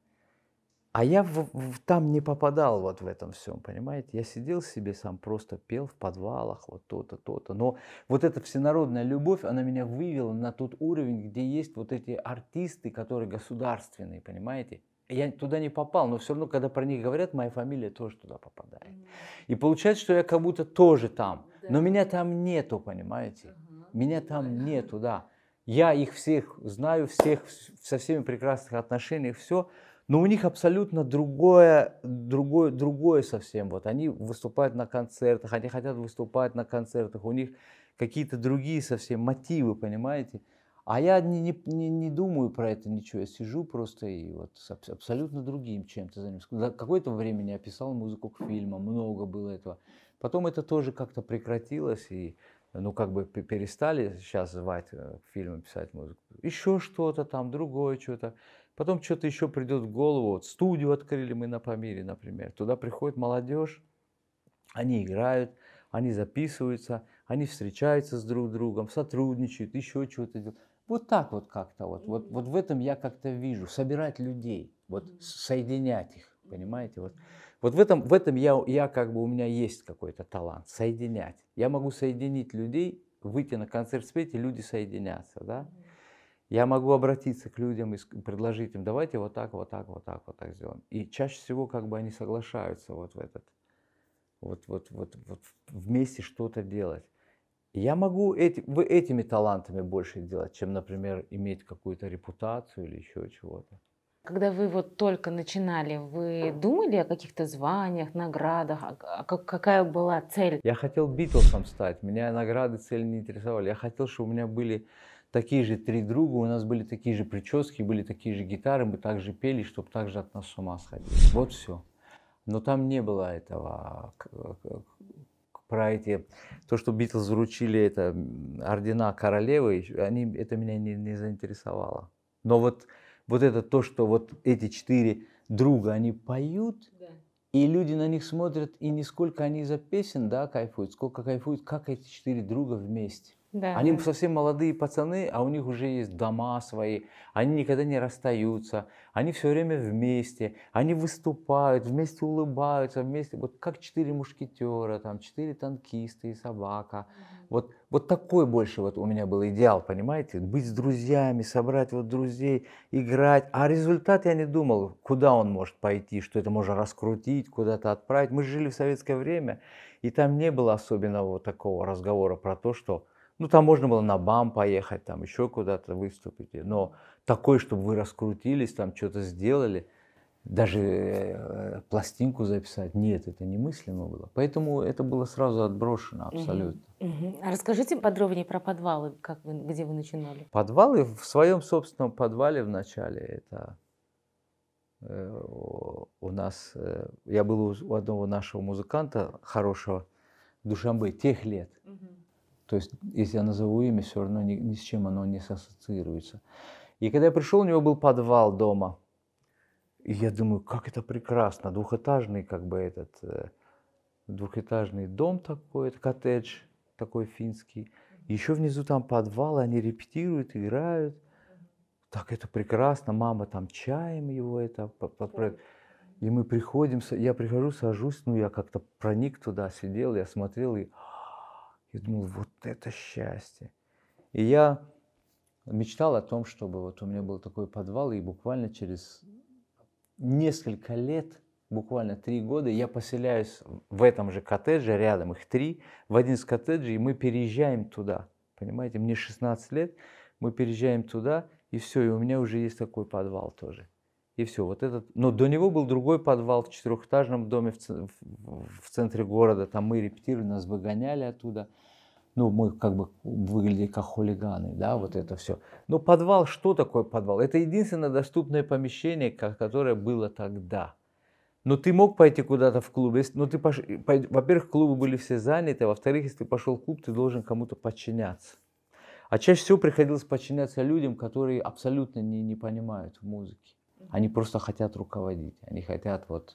А я в- в- там не попадал вот в этом всем, понимаете? Я сидел себе сам, просто пел в подвалах, вот то-то, то-то. Но вот эта всенародная любовь, она меня вывела на тот уровень, где есть вот эти артисты, которые государственные, понимаете? Я туда не попал, но все равно, когда про них говорят, моя фамилия тоже туда попадает. И получается, что я как будто тоже там. Но меня там нету, понимаете? Меня там нету, да. Я их всех знаю, всех со всеми прекрасных отношениях, все. Но у них абсолютно другое, другое, другое совсем. Вот они выступают на концертах, они хотят выступать на концертах, у них какие-то другие совсем мотивы, понимаете? А я не, не, не, не думаю про это ничего, я сижу просто и вот с абс- абсолютно другим чем-то занимаюсь. За какое-то время я писал музыку к фильмам, много было этого. Потом это тоже как-то прекратилось, и ну как бы пе- перестали сейчас звать э, к фильмам писать музыку. Еще что-то там, другое что-то. Потом что-то еще придет в голову. Вот студию открыли мы на Памире, например. Туда приходит молодежь, они играют, они записываются, они встречаются с друг другом, сотрудничают, еще чего-то делают. Вот так вот как-то вот. Вот, вот в этом я как-то вижу. Собирать людей, вот соединять их, понимаете? Вот, вот в этом, в этом я, я как бы у меня есть какой-то талант. Соединять. Я могу соединить людей, выйти на концерт, спеть, и люди соединятся, да? Я могу обратиться к людям и ск- предложить им, давайте вот так, вот так, вот так, вот так сделаем. И чаще всего как бы они соглашаются вот в этот, вот, вот, вот, вот вместе что-то делать. И я могу эти, вы этими талантами больше делать, чем, например, иметь какую-то репутацию или еще чего-то. Когда вы вот только начинали, вы думали о каких-то званиях, наградах? А а как- какая была цель? Я хотел Битлсом стать, меня награды, цели не интересовали. Я хотел, чтобы у меня были такие же три друга, у нас были такие же прически, были такие же гитары, мы также пели, чтобы также от нас с ума сходили. Вот все. Но там не было этого, к- к- про эти, то, что Битлз вручили это м, ордена королевы, ещё они, это меня не, не заинтересовало. Но вот, вот это то, что вот эти четыре друга, они поют, и люди на них смотрят, и не сколько они за песен, да, кайфуют, сколько кайфуют, как эти четыре друга вместе. Да, Они да. совсем молодые пацаны, а у них уже есть дома свои, они никогда не расстаются, они все время вместе, они выступают, вместе улыбаются, вместе, вот как четыре мушкетера, там, четыре танкиста и собака. Вот, вот такой больше вот у меня был идеал, понимаете, быть с друзьями, собрать вот друзей, играть. А результат я не думал, куда он может пойти, что это можно раскрутить, куда-то отправить. Мы жили в советское время, и там не было особенного вот такого разговора про то, что, ну, там можно было на БАМ поехать, там еще куда-то выступить. Но такой, чтобы вы раскрутились, там что-то сделали, даже э, пластинку записать, нет, это немыслимо было. Поэтому это было сразу отброшено абсолютно. Мгм. А расскажите подробнее про подвалы, как вы, где вы начинали? Подвалы в своем собственном подвале в начале, это э, у нас, э, я был у у одного нашего музыканта хорошего в Душанбе тех лет. То есть, если я назову имя, все равно ни, ни с чем оно не ассоциируется. И когда я пришел, у него был подвал дома. И я думаю, как это прекрасно. Двухэтажный, как бы этот, э, двухэтажный дом такой, это коттедж такой финский. Еще внизу там подвал, они репетируют, играют. Так это прекрасно. Мама там чаем его это. И мы приходим, я прихожу, сажусь, ну я как-то проник туда, сидел, я смотрел и я думал, вот это счастье. И я мечтал о том, чтобы вот у меня был такой подвал, и буквально через несколько лет, буквально три года, я поселяюсь в этом же коттедже, рядом их три, в один из коттеджей, и мы переезжаем туда. Понимаете, мне шестнадцать лет, мы переезжаем туда, и все, и у меня уже есть такой подвал тоже. И все, вот этот. Но до него был другой подвал в четырехэтажном доме в, в, в центре города. Там мы репетировали, нас выгоняли оттуда. Ну, мы как бы выглядели как хулиганы, да, вот это все. Но подвал, что такое подвал? Это единственное доступное помещение, которое было тогда. Но ты мог пойти куда-то в клуб. Если, ну, ты пош... Во-первых, клубы были все заняты, а во-вторых, если ты пошел в клуб, ты должен кому-то подчиняться. А чаще всего приходилось подчиняться людям, которые абсолютно не, не понимают в музыке. Они просто хотят руководить, они хотят вот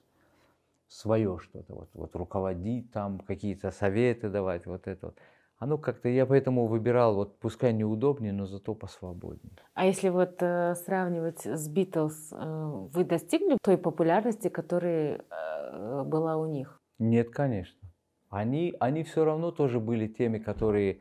свое что-то, вот, вот руководить, там какие-то советы давать, вот это вот. Оно как-то, я поэтому выбирал, вот пускай неудобнее, но зато посвободнее. А если вот э, сравнивать с Битлз, э, вы достигли той популярности, которая э, была у них? Нет, конечно. Они, они все равно тоже были теми, которые...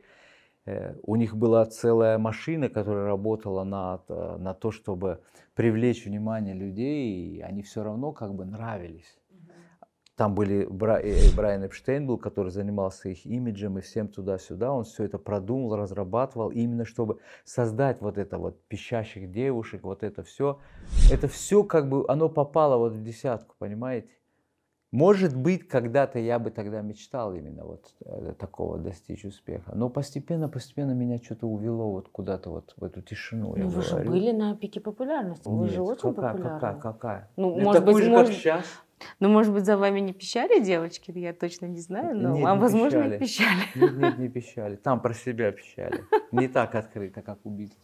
У них была целая машина, которая работала на, на то, чтобы привлечь внимание людей, и они все равно как бы нравились. Там были Бра... Брайан Эпштейн был, который занимался их имиджем и всем туда-сюда. Он все это продумал, разрабатывал, именно чтобы создать вот это вот пищащих девушек, вот это все. Это все как бы, оно попало вот в десятку, понимаете? Может быть, когда-то я бы тогда мечтал именно вот такого достичь успеха. Но постепенно, постепенно меня что-то увело вот куда-то вот в эту тишину. Ну, вы же были на пике популярности. Вы Нет, же очень какая, популярны. Какая, какая? Ну, Это может такой быть, же, может... как сейчас. Ну, может быть, за вами не пищали девочки, я точно не знаю, но, Нет, а не возможно, пищали. и пищали. Нет, нет, не пищали. Там про себя пищали. Не так открыто, как у Битлз.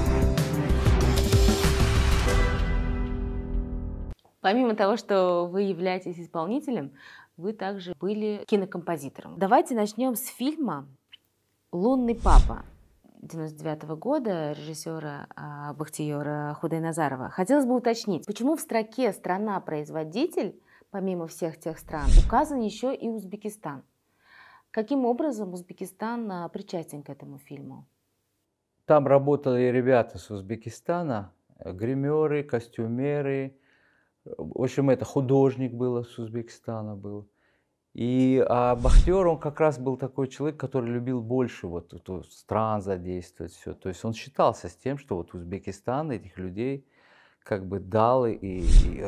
Помимо того, что вы являетесь исполнителем, вы также были кинокомпозитором. Давайте начнем с фильма «Лунный папа» девяносто девятого года режиссера а, Бахтиера Худайназарова. Хотелось бы уточнить, почему в строке «Страна-производитель», помимо всех тех стран, указан еще и Узбекистан? Каким образом Узбекистан а, причастен к этому фильму? Там работали ребята с Узбекистана, гримеры, костюмеры. В общем, это художник был с Узбекистана был. И а Бахтиер, он как раз был такой человек, который любил больше вот, вот, стран задействовать все. То есть он считался с тем, что вот Узбекистан этих людей как бы дал и, и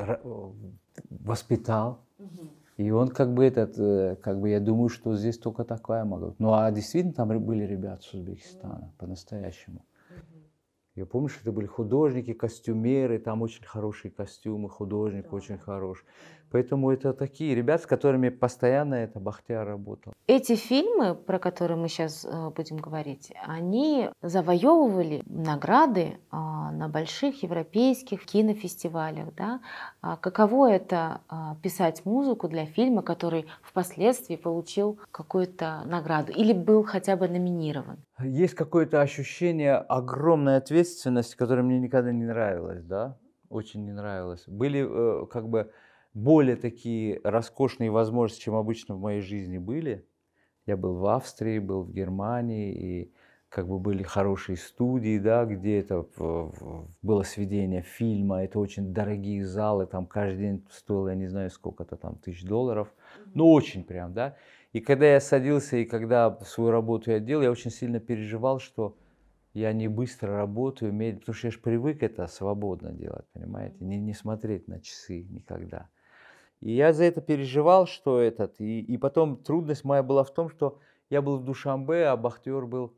воспитал. Угу. И он как бы этот, как бы я думаю, что здесь только такая могла. Ну а действительно там были ребята с Узбекистана, по-настоящему. Я помню, что это были художники, костюмеры, там очень хорошие костюмы, художник да. очень хороший. Поэтому это такие ребята, с которыми постоянно это Бахтияр работал. Эти фильмы, про которые мы сейчас будем говорить, они завоевывали награды на больших европейских кинофестивалях. Да? Каково это писать музыку для фильма, который впоследствии получил какую-то награду или был хотя бы номинирован? Есть какое-то ощущение огромной ответственности, которая мне никогда не нравилась, да, очень не нравилось. Были э, как бы более такие роскошные возможности, чем обычно в моей жизни были. Я был в Австрии, был в Германии, и как бы были хорошие студии, да, где это было сведение фильма, это очень дорогие залы, там каждый день стоило, я не знаю, сколько-то там тысяч долларов, ну очень прям, да. И когда я садился, и когда свою работу я делал, я очень сильно переживал, что я не быстро работаю, потому что я же привык это свободно делать, понимаете, не, не смотреть на часы никогда. И я за это переживал, что этот, и, и потом трудность моя была в том, что я был в Душанбе, а Бахтиер был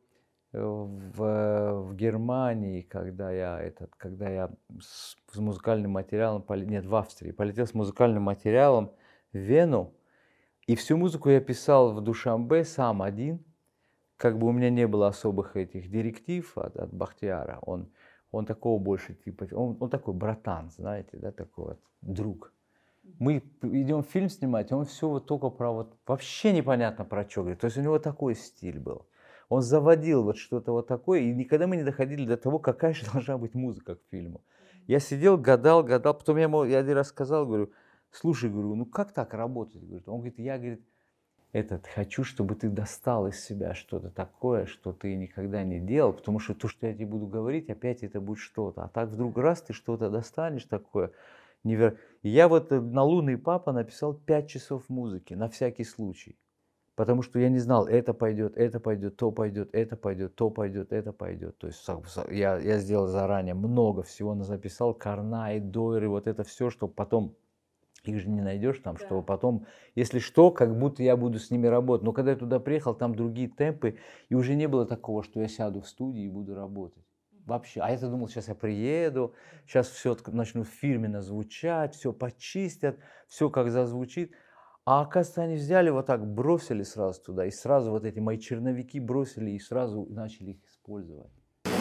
в, в Германии, когда я, этот, когда я с, с музыкальным материалом, поли, нет, в Австрии, полетел с музыкальным материалом в Вену, и всю музыку я писал в Душанбе сам один, как бы у меня не было особых этих директив от, от Бахтияра, он, он такого больше типа, он, он такой братан, знаете, да, такой вот друг. Мы идем фильм снимать, он все вот только про вот, вообще непонятно про что говорит, то есть у него такой стиль был. Он заводил вот что-то вот такое, и никогда мы не доходили до того, какая же должна быть музыка к фильму. Я сидел, гадал, гадал, потом я ему, я один раз сказал, говорю, слушай, говорю, ну как так работать? Говорит, он говорит, я, говорит, этот, хочу, чтобы ты достал из себя что-то такое, что ты никогда не делал, потому что то, что я тебе буду говорить, опять это будет что-то. А так вдруг раз ты что-то достанешь такое. Невер... И я вот на «Лунный папа» написал пять часов музыки, на всякий случай. Потому что я не знал, это пойдет, это пойдет, то пойдет, это пойдет, то пойдет, это пойдет. То есть я, я сделал заранее много всего, записал Карнай, Дойры, вот это все, чтобы потом, их же не найдешь там, да. Чтобы потом, если что, как будто я буду с ними работать. Но когда я туда приехал, там другие темпы, и уже не было такого, что я сяду в студии и буду работать. Вообще. А я думал, сейчас я приеду, сейчас все начну фирменно звучать, все почистят, все как зазвучит. А оказывается, они взяли вот так, бросили сразу туда, и сразу вот эти мои черновики бросили, и сразу начали их использовать.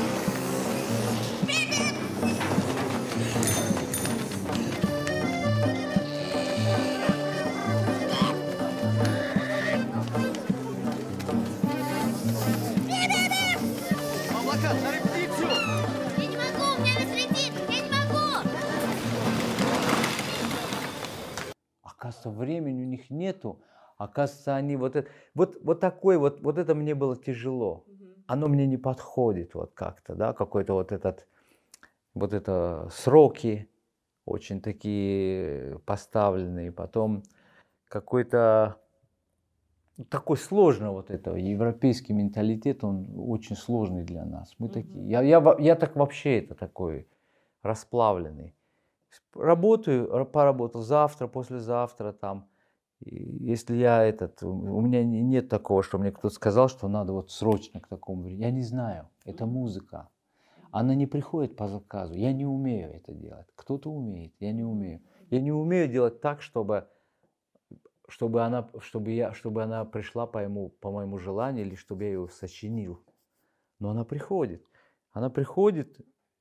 Оказывается, времени у них нету. Оказывается, они вот это, вот, вот такой вот, вот это мне было тяжело. Оно мне не подходит вот как-то, да, какой-то вот этот, вот это сроки очень такие поставленные, потом какой-то такой сложный вот это, европейский менталитет, он очень сложный для нас. Мы такие, я, я, я так вообще это такой расплавленный. Работаю, поработал завтра, послезавтра там. И если я этот, у меня нет такого, что мне кто-то сказал, что надо вот срочно к такому времени. Я не знаю, это музыка. Она не приходит по заказу. Я не умею это делать. Кто-то умеет, я не умею. Я не умею делать так, чтобы, чтобы, она, чтобы, я, чтобы она пришла по, ему, по моему желанию или чтобы я ее сочинил. Но она приходит. Она приходит.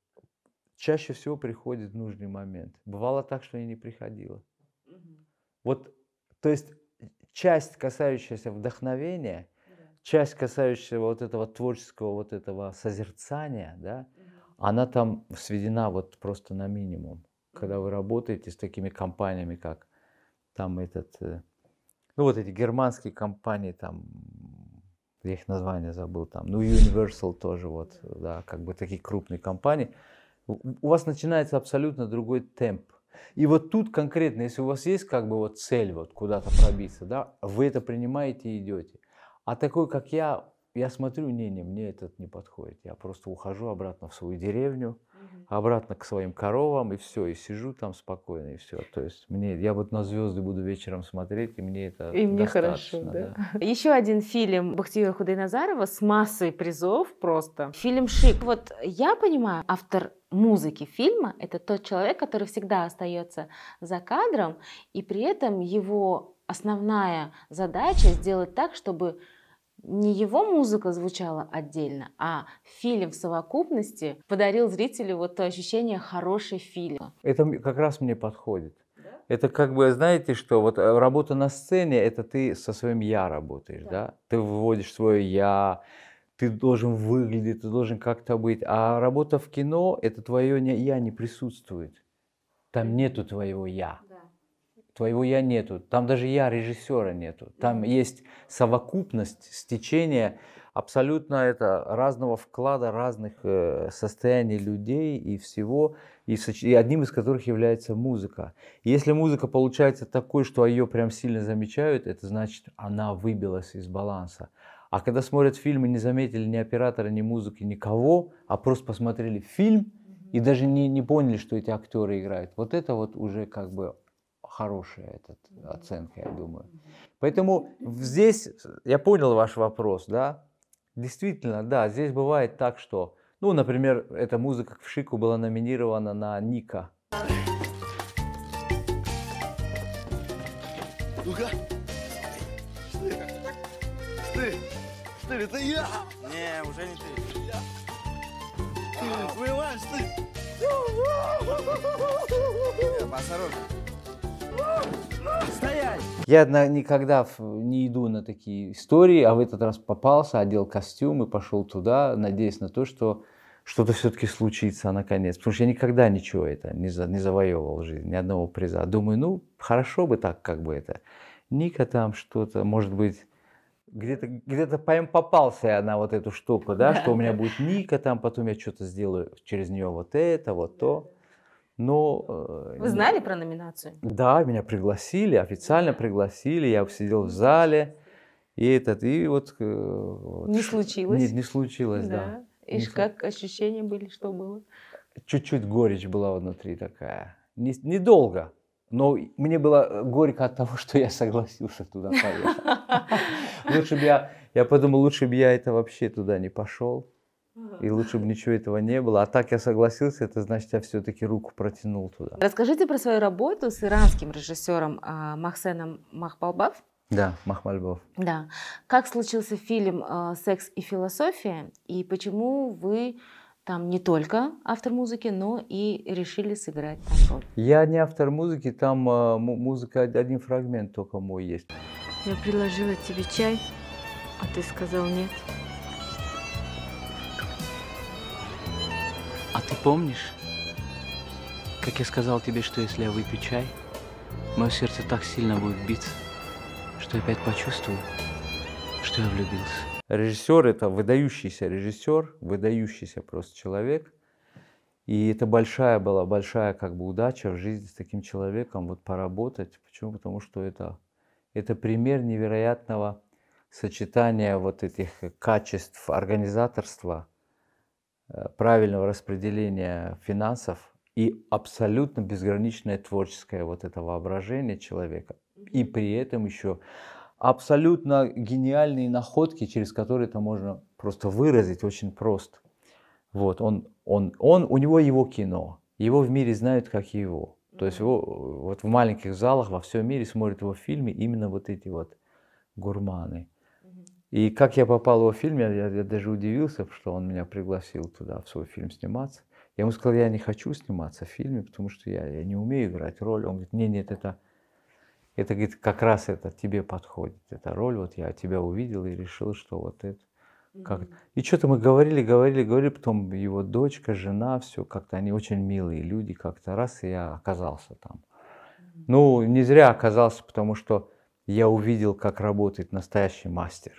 Чаще всего приходит в нужный момент. Бывало так, что и не приходила. Угу. Вот, то есть часть, касающаяся вдохновения, да. Часть, касающаяся вот этого творческого, вот этого созерцания, да, угу. Она там сведена вот просто на минимум. Угу. Когда вы работаете с такими компаниями, как там этот, ну вот эти германские компании, там, я их название забыл, там, ну Universal тоже, вот, да, как бы такие крупные компании. У вас начинается абсолютно другой темп. И вот тут конкретно, если у вас есть как бы вот цель вот куда-то пробиться, да, вы это принимаете и идете. А такой, как я, я смотрю, не, не, мне этот не подходит. Я просто ухожу обратно в свою деревню, угу. Обратно к своим коровам, и все, и сижу там спокойно, и все. То есть мне, я вот на звезды буду вечером смотреть, и мне это и мне достаточно. Хорошо, да? Да. Еще один фильм Бахтиера Худайназарова с массой призов просто. Фильм «Шик». Вот я понимаю, автор музыки фильма — это тот человек, который всегда остается за кадром, и при этом его основная задача сделать так, чтобы не его музыка звучала отдельно, а фильм в совокупности подарил зрителю вот то ощущение хороший фильм. Это как раз мне подходит. Да? Это как бы, знаете, что вот работа на сцене, это ты со своим «я» работаешь, да? Да? Ты выводишь свое «я», ты должен выглядеть, ты должен как-то быть. А работа в кино, это твое «я» не присутствует. Там нету твоего «я». Твоего «я» нету, там даже «я» режиссера нету. Там есть совокупность, стечение абсолютно это разного вклада, разных э, состояний людей и всего, и, и одним из которых является музыка. И если музыка получается такой, что ее прям сильно замечают, это значит, она выбилась из баланса. А когда смотрят фильм и не заметили ни оператора, ни музыки, никого, а просто посмотрели фильм и даже не, не поняли, что эти актеры играют, вот это вот уже как бы хорошая этот, оценка, я думаю. Поэтому здесь я понял ваш вопрос, да. Действительно, да, здесь бывает так, что, ну, например, эта музыка к Вшику была номинирована на Ника. Ну-ка. Стырь. Стырь, это я. Не, уже не ты. Вылазь, стырь. Осторожно. Стоять. Я на- никогда в- не иду на такие истории, а в этот раз попался, одел костюм и пошел туда, надеясь на то, что что-то все-таки случится наконец. Потому что я никогда ничего это не, за- не завоевывал в жизни, ни одного приза. Думаю, ну, хорошо бы так, как бы это. Ника там что-то, может быть, где-то где-то пойм- попался я на вот эту штуку, да, что у меня будет Ника там, потом я что-то сделаю через нее вот это, вот то. Но... э, Вы знали про номинацию? Да, меня пригласили, официально пригласили, я сидел в зале, и этот, и вот... э, вот Не ш- случилось? Не, не случилось, да. И Не ж слу- как ощущения были, что было? Чуть-чуть горечь была внутри такая. Не- Недолго, но мне было горько от того, что я согласился туда поехать. Лучше бы я, я подумал, лучше бы я это вообще туда не пошел. И лучше бы ничего этого не было. А так я согласился, это значит, я все-таки руку протянул туда. Расскажите про свою работу с иранским режиссером а, Махсеном Махбалбаф. Да, Махмальбов. Да. Как случился фильм а, «Секс и философия» и почему вы там не только автор музыки, но и решили сыграть там роль? Я не автор музыки, там э, му- музыка, один фрагмент только мой есть. Я предложила тебе чай, а ты сказал нет. А ты помнишь, как я сказал тебе, что если я выпью чай, мое сердце так сильно будет биться, что я опять почувствую, что я влюбился. Режиссер — это выдающийся режиссер, выдающийся просто человек. И это большая была, большая как бы удача в жизни с таким человеком вот поработать. Почему? Потому что это, это пример невероятного сочетания вот этих качеств организаторства, э, правильного распределения финансов и абсолютно безграничное творческое вот это воображение человека. И при этом еще абсолютно гениальные находки, через которые это можно просто выразить очень просто. Вот, он, он, он, у него его кино, его в мире знают как его. То есть его, вот в маленьких залах во всем мире смотрят его фильмы именно вот эти вот гурманы. И как я попал в его фильм, я, я, я даже удивился, что он меня пригласил туда в свой фильм сниматься. Я ему сказал, я не хочу сниматься в фильме, потому что я, я не умею играть роль. Он говорит, нет, нет, это... Это, говорит, как раз это тебе подходит, эта роль. Вот я тебя увидел и решил, что вот это. Как... И что-то мы говорили, говорили, говорили, потом его дочка, жена, все как-то, они очень милые люди, как-то раз, и я оказался там. Ну, не зря оказался, потому что я увидел, как работает настоящий мастер.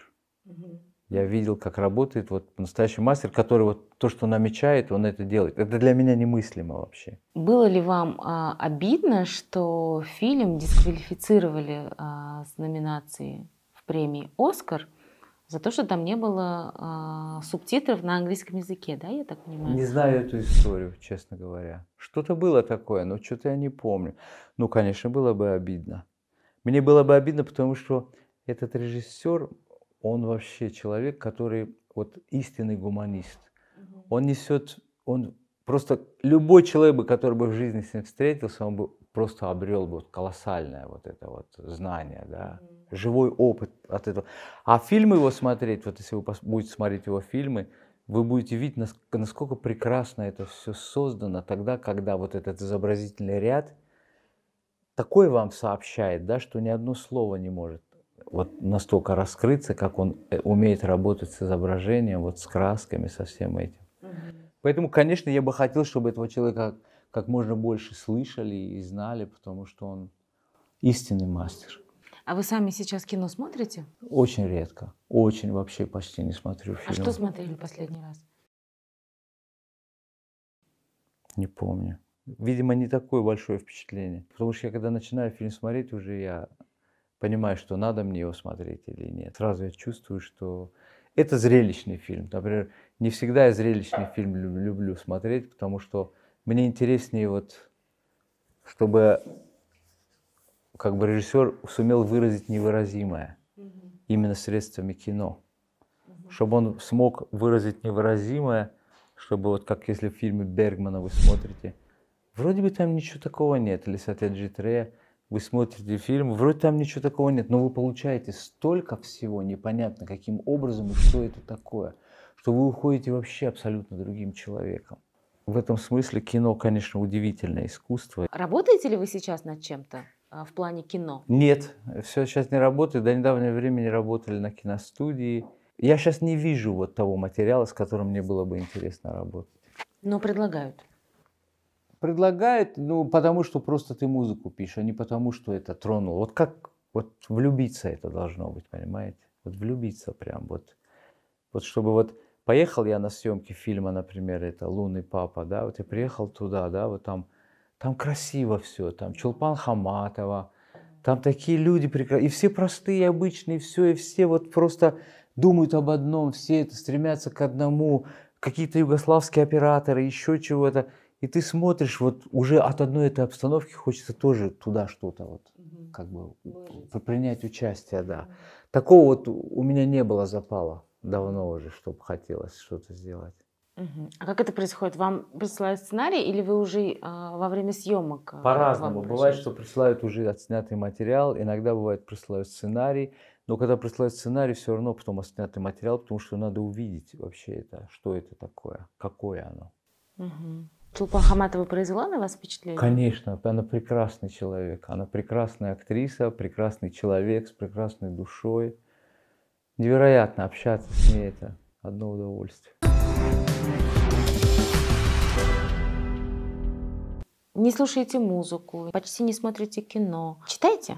Я видел, как работает вот настоящий мастер, который вот то, что намечает, он это делает. Это для меня немыслимо вообще. Было ли вам а, обидно, что фильм дисквалифицировали а, с номинации в премии «Оскар» за то, что там не было а, субтитров на английском языке, да, я так понимаю? Не знаю эту историю, честно говоря. Что-то было такое, но что-то я не помню. Ну, конечно, было бы обидно. Мне было бы обидно, потому что этот режиссер, он вообще человек, который вот истинный гуманист. Он несет, он просто любой человек, бы, который бы в жизни с ним встретился, он бы просто обрел бы вот колоссальное вот это вот знание, да, живой опыт от этого. А фильмы его смотреть, вот если вы пос- будете смотреть его фильмы, вы будете видеть, нас- насколько прекрасно это все создано тогда, когда вот этот изобразительный ряд такое вам сообщает, да, что ни одно слово не может вот настолько раскрыться, как он э, умеет работать с изображением, вот с красками, со всем этим. Поэтому, конечно, я бы хотел, чтобы этого человека как можно больше слышали и знали, потому что он истинный мастер. А вы сами сейчас кино смотрите? Очень редко, очень вообще почти не смотрю А фильмы. что смотрели последний раз? Не помню. Видимо, не такое большое впечатление. Потому что я когда начинаю фильм смотреть, уже я понимаю, что надо мне его смотреть или нет. Сразу я чувствую, что это зрелищный фильм. Например, не всегда я зрелищный фильм лю- люблю смотреть, потому что мне интереснее вот, чтобы как бы режиссер сумел выразить невыразимое именно средствами кино. чтобы он смог выразить невыразимое, чтобы вот как если в фильме Бергмана вы смотрите, вроде бы там ничего такого нет, или Сатьяджит Ре, вы смотрите фильм, вроде там ничего такого нет, но вы получаете столько всего непонятно каким образом и что это такое, что вы уходите вообще абсолютно другим человеком. В этом смысле кино, конечно, удивительное искусство. Работаете ли вы сейчас над чем-то а, в плане кино? Нет, все сейчас не работает. До недавнего времени работали на киностудии. Я сейчас не вижу вот того материала, с которым мне было бы интересно работать. Но предлагают. Предлагают, ну, потому что просто ты музыку пишешь, а не потому, что это тронуло. Вот как вот влюбиться это должно быть, понимаете? Вот влюбиться прям вот. Вот чтобы вот поехал я на съемки фильма, например, это «Лунный папа», да, вот я приехал туда, да, вот там, там красиво все, там Чулпан Хаматова, там такие люди прекрасные, и все простые, обычные, все, и все вот просто думают об одном, все это стремятся к одному, какие-то югославские операторы, еще чего-то, и ты смотришь, вот уже от одной этой обстановки хочется тоже туда что-то вот, угу. как бы принять участие, да. Угу. Такого вот у меня не было запала. Давно уже, чтобы хотелось что-то сделать. Угу. А как это происходит? Вам присылают сценарий или вы уже а, во время съемок? По-разному. Бывает, что присылают уже отснятый материал, иногда бывает присылают сценарий, но когда присылают сценарий, все равно потом отснятый материал, потому что надо увидеть вообще это, что это такое, какое оно. Угу. Чулпан Хаматова произвела на вас впечатление? Конечно, она прекрасный человек, она прекрасная актриса, прекрасный человек с прекрасной душой. Невероятно общаться с ней, это одно удовольствие. Не слушаете музыку, почти не смотрите кино. Читаете?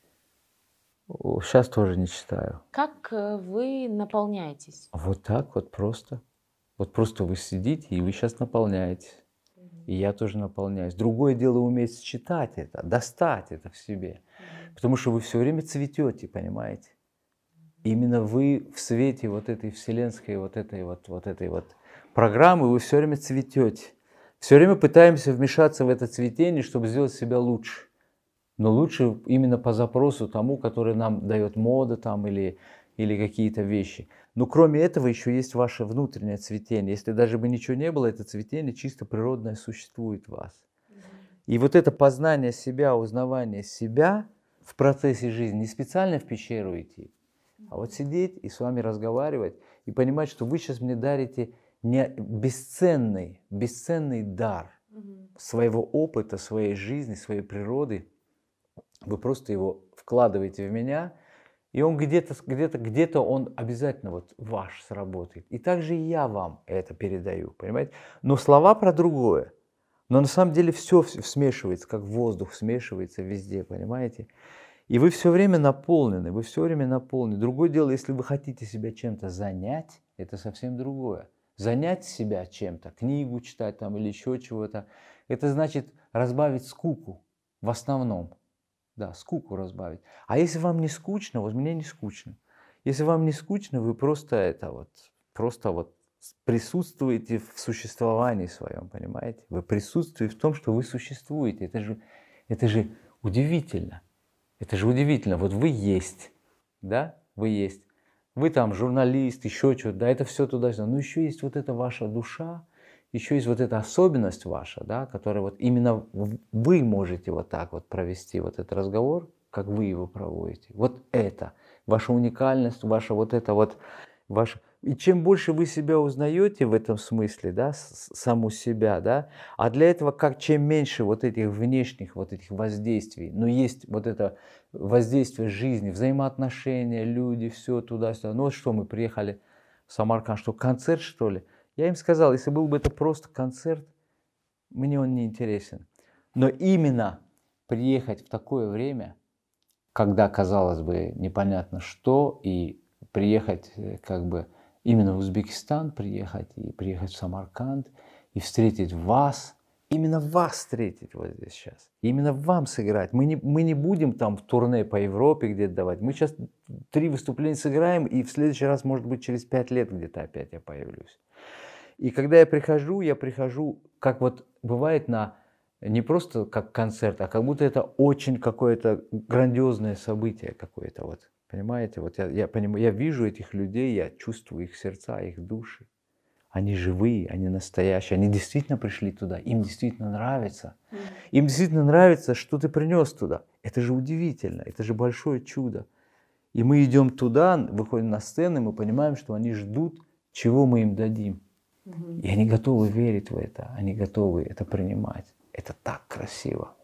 Сейчас тоже не читаю. Как вы наполняетесь? Вот так вот просто. Вот просто вы сидите, и вы сейчас наполняетесь. Mm-hmm. И я тоже наполняюсь. Другое дело уметь читать это, достать это в себе. Mm-hmm. Потому что вы все время цветете, понимаете? Именно вы в свете вот этой вселенской, вот этой вот, вот этой вот программы, вы все время цветете. Все время пытаемся вмешаться в это цветение, чтобы сделать себя лучше. Но лучше именно по запросу тому, который нам дает мода там или, или какие-то вещи. Но кроме этого еще есть ваше внутреннее цветение. Если даже бы ничего не было, это цветение чисто природное существует в вас. И вот это познание себя, узнавание себя в процессе жизни, не специально в пещеру идти, а вот сидеть и с вами разговаривать, и понимать, что вы сейчас мне дарите не бесценный, бесценный дар угу. своего опыта, своей жизни, своей природы. Вы просто его вкладываете в меня, и он где-то, где-то, где-то он обязательно вот ваш сработает. И также и я вам это передаю, понимаете? Но слова про другое. Но на самом деле все смешивается, как воздух смешивается везде, понимаете? И вы все время наполнены, вы все время наполнены. Другое дело, если вы хотите себя чем-то занять, это совсем другое. Занять себя чем-то, книгу читать там или еще чего-то, это значит разбавить скуку в основном. Да, скуку разбавить. А если вам не скучно, вот мне не скучно. Если вам не скучно, вы просто это вот, просто вот присутствуете в существовании своем, понимаете? Вы присутствуете в том, что вы существуете. Это же, это же удивительно. Это же удивительно. Вот вы есть, да, вы есть. Вы там журналист, еще что-то, да, это все туда-сюда. Но еще есть вот эта ваша душа, еще есть вот эта особенность ваша, да, которая вот именно вы можете вот так вот провести вот этот разговор, как вы его проводите. Вот это, ваша уникальность, ваша вот это вот, ваша... И чем больше вы себя узнаете в этом смысле, да, саму себя, да, а для этого как чем меньше вот этих внешних вот этих воздействий, но есть вот это воздействие жизни, взаимоотношения, люди, все туда-сюда. Ну вот что, мы приехали в Самарканд, что концерт что ли? Я им сказал, если был бы это просто концерт, мне он не интересен. Но именно приехать в такое время, когда, казалось бы, непонятно что, и приехать как бы именно в Узбекистан, приехать и приехать в Самарканд, и встретить вас, именно вас встретить вот здесь сейчас, именно вам сыграть. Мы не, мы не будем там в турне по Европе где-то давать. Мы сейчас три выступления сыграем, и в следующий раз, может быть, через пять лет где-то опять я появлюсь. И когда я прихожу, я прихожу, как вот бывает на, не просто как концерт, а как будто это очень какое-то грандиозное событие какое-то вот. Понимаете? Вот я, я, поним, я вижу этих людей, я чувствую их сердца, их души. Они живые, они настоящие, они действительно пришли туда, им действительно нравится. Mm-hmm. Им действительно нравится, что ты принес туда. Это же удивительно, это же большое чудо. И мы идем туда, выходим на сцену, и мы понимаем, что они ждут, чего мы им дадим. Mm-hmm. И они готовы верить в это, они готовы это принимать. Это так красиво.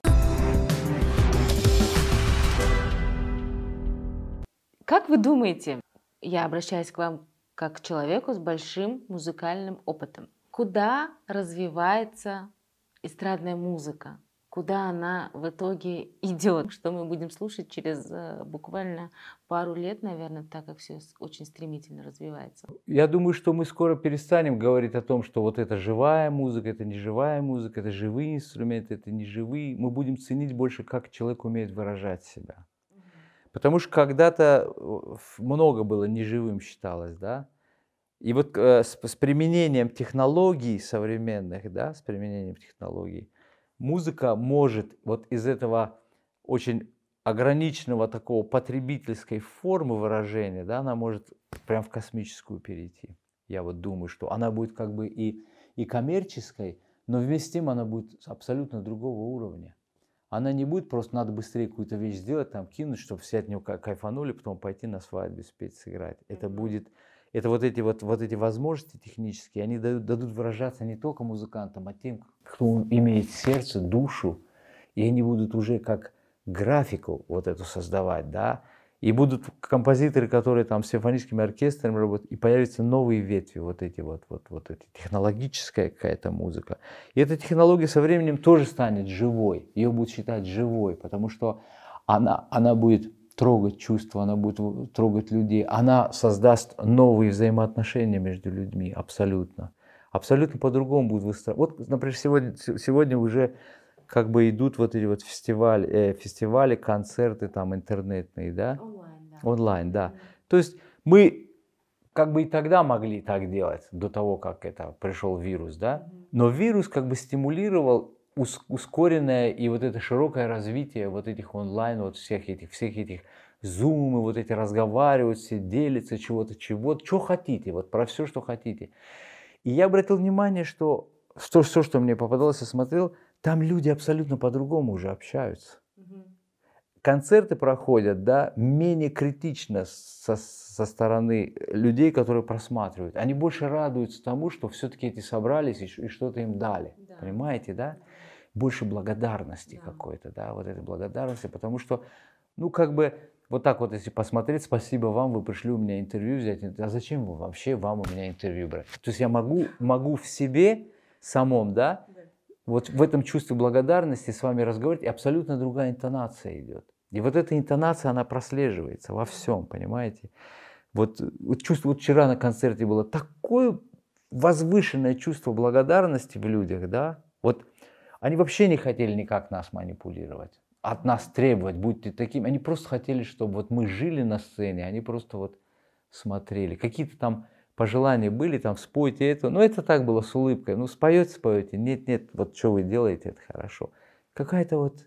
Как вы думаете, я обращаюсь к вам как к человеку с большим музыкальным опытом, куда развивается эстрадная музыка? Куда она в итоге идет? Что мы будем слушать через буквально пару лет, наверное, так как все очень стремительно развивается? Я думаю, что мы скоро перестанем говорить о том, что вот это живая музыка, это не живая музыка, это живые инструменты, это не живые. Мы будем ценить больше, как человек умеет выражать себя. Потому что когда-то много было неживым считалось, да. И вот э, с, с применением технологий современных, да, с применением технологий, музыка может вот из этого очень ограниченного такого потребительской формы выражения, да, она может прям в космическую перейти. Я вот думаю, что она будет как бы и, и коммерческой, но вместе с тем она будет абсолютно другого уровня. Она не будет просто надо быстрее какую-то вещь сделать, там кинуть, чтобы все от нее кайфанули, потом пойти на свадьбе спеть, сыграть. Это будет, это вот эти вот, вот эти возможности технические, они дадут, дадут выражаться не только музыкантам, а тем, кто имеет сердце, душу, и они будут уже как графику вот эту создавать, да, и будут композиторы, которые там с симфоническими оркестрами работают, и появятся новые ветви, вот эти вот, вот, вот эти, технологическая какая-то музыка. И эта технология со временем тоже станет живой, ее будут считать живой, потому что она, она будет трогать чувства, она будет трогать людей, она создаст новые взаимоотношения между людьми, абсолютно. Абсолютно по-другому будет выстраивать. Вот, например, сегодня, сегодня уже как бы идут вот эти вот фестивали, э, фестивали, концерты там интернетные, да? Онлайн, да. Онлайн, да. То есть мы как бы и тогда могли так делать, до того, как это пришел вирус, да? Но вирус как бы стимулировал ускоренное и вот это широкое развитие вот этих онлайн, вот всех этих, всех этих зумы, вот эти разговаривают, все делятся чего-то, чего-то, что хотите, вот про все, что хотите. И я обратил внимание, что все, все, что мне попадалось, я смотрел, там люди абсолютно по-другому уже общаются. Угу. Концерты проходят, да, менее критично со, со стороны людей, которые просматривают. Они больше радуются тому, что все-таки эти собрались и, и что-то им дали. Да. Понимаете, да? Больше благодарности да. какой-то, да, вот этой благодарности, потому что, ну, как бы, вот так вот, если посмотреть, спасибо вам, вы пришли у меня интервью взять, а зачем вы вообще вам у меня интервью брать? То есть я могу, могу в себе самом, да, вот в этом чувстве благодарности с вами разговаривать, и абсолютно другая интонация идет. И вот эта интонация, она прослеживается во всем, понимаете? Вот, вот чувство, вот вчера на концерте было такое возвышенное чувство благодарности в людях, да? Вот они вообще не хотели никак нас манипулировать, от нас требовать, будьте таким. Они просто хотели, чтобы вот мы жили на сцене, они просто вот смотрели. Какие-то там пожелания были, там, спойте это. Ну, это так было с улыбкой. Ну, споете, споете. Нет, нет, вот что вы делаете, это хорошо. Какая-то вот,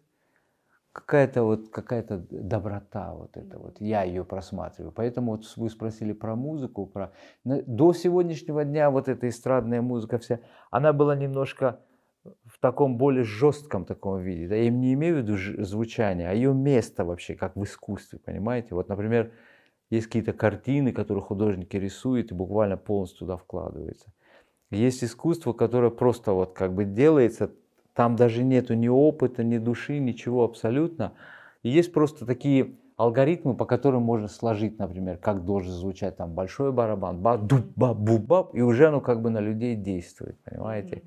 какая-то вот, какая-то доброта вот это вот. Я ее просматриваю. Поэтому вот вы спросили про музыку, про... До сегодняшнего дня вот эта эстрадная музыка вся, она была немножко в таком более жестком таком виде. Да? Я не имею в виду звучание, а ее место вообще, как в искусстве, понимаете? Вот, например, есть какие-то картины, которые художники рисуют и буквально полностью туда вкладываются. Есть искусство, которое просто вот как бы делается, там даже нету ни опыта, ни души, ничего абсолютно. И есть просто такие алгоритмы, по которым можно сложить, например, как должен звучать там большой барабан, ба-дуб-ба-бу-баб, и уже оно как бы на людей действует, понимаете?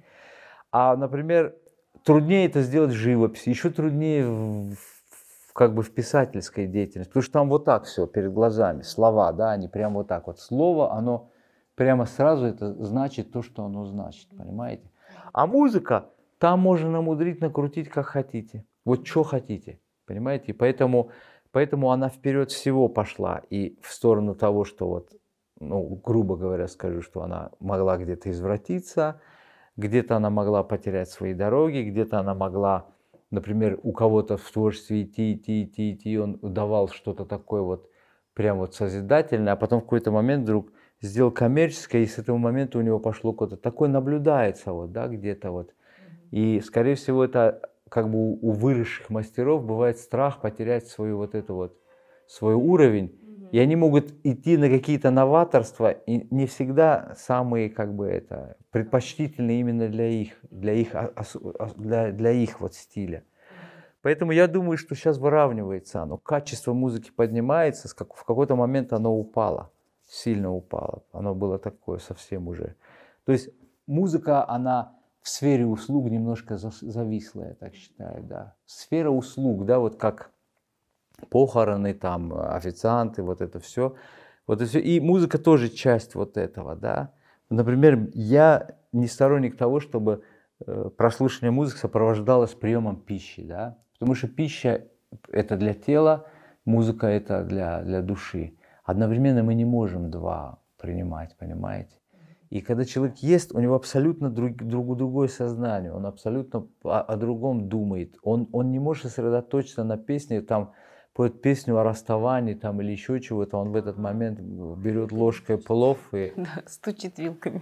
А, например, труднее это сделать в живописи, еще труднее в, в, как бы в писательской деятельности, потому что там вот так все перед глазами, слова, да, они прямо вот так вот. Слово, оно прямо сразу это значит то, что оно значит, понимаете? А музыка, там можно намудрить, накрутить, как хотите, вот что хотите, понимаете? И поэтому, поэтому она вперед всего пошла и в сторону того, что вот, ну, грубо говоря, скажу, что она могла где-то извратиться, где-то она могла потерять свои дороги, где-то она могла, например, у кого-то в творчестве идти, идти, идти, идти, он давал что-то такое вот прям вот созидательное, а потом в какой-то момент вдруг сделал коммерческое, и с этого момента у него пошло куда-то. Такое наблюдается вот, да, где-то вот. И, скорее всего, это как бы у, у выросших мастеров бывает страх потерять свою вот эту вот, свой уровень. И они могут идти на какие-то новаторства, и не всегда самые как бы это предпочтительные именно для их, для их, для, для их вот стиля. Поэтому я думаю, что сейчас выравнивается оно. Качество музыки поднимается, в какой-то момент оно упало, сильно упало. Оно было такое совсем уже. То есть музыка, она в сфере услуг немножко зависла, я так считаю, да. Сфера услуг, да, вот как похороны, там, официанты, вот это все. Вот это все. И музыка тоже часть вот этого, да. Например, я не сторонник того, чтобы э, прослушивание музыки сопровождалось приемом пищи, да. Потому что пища – это для тела, музыка – это для, для души. Одновременно мы не можем два принимать, понимаете? И когда человек ест, у него абсолютно друг, друг, другое сознание, он абсолютно о, о другом думает. Он, он не может сосредоточиться на песне, там, поет песню о расставании там, или еще чего-то, он в этот момент берет ложкой плов и… Да, стучит вилками.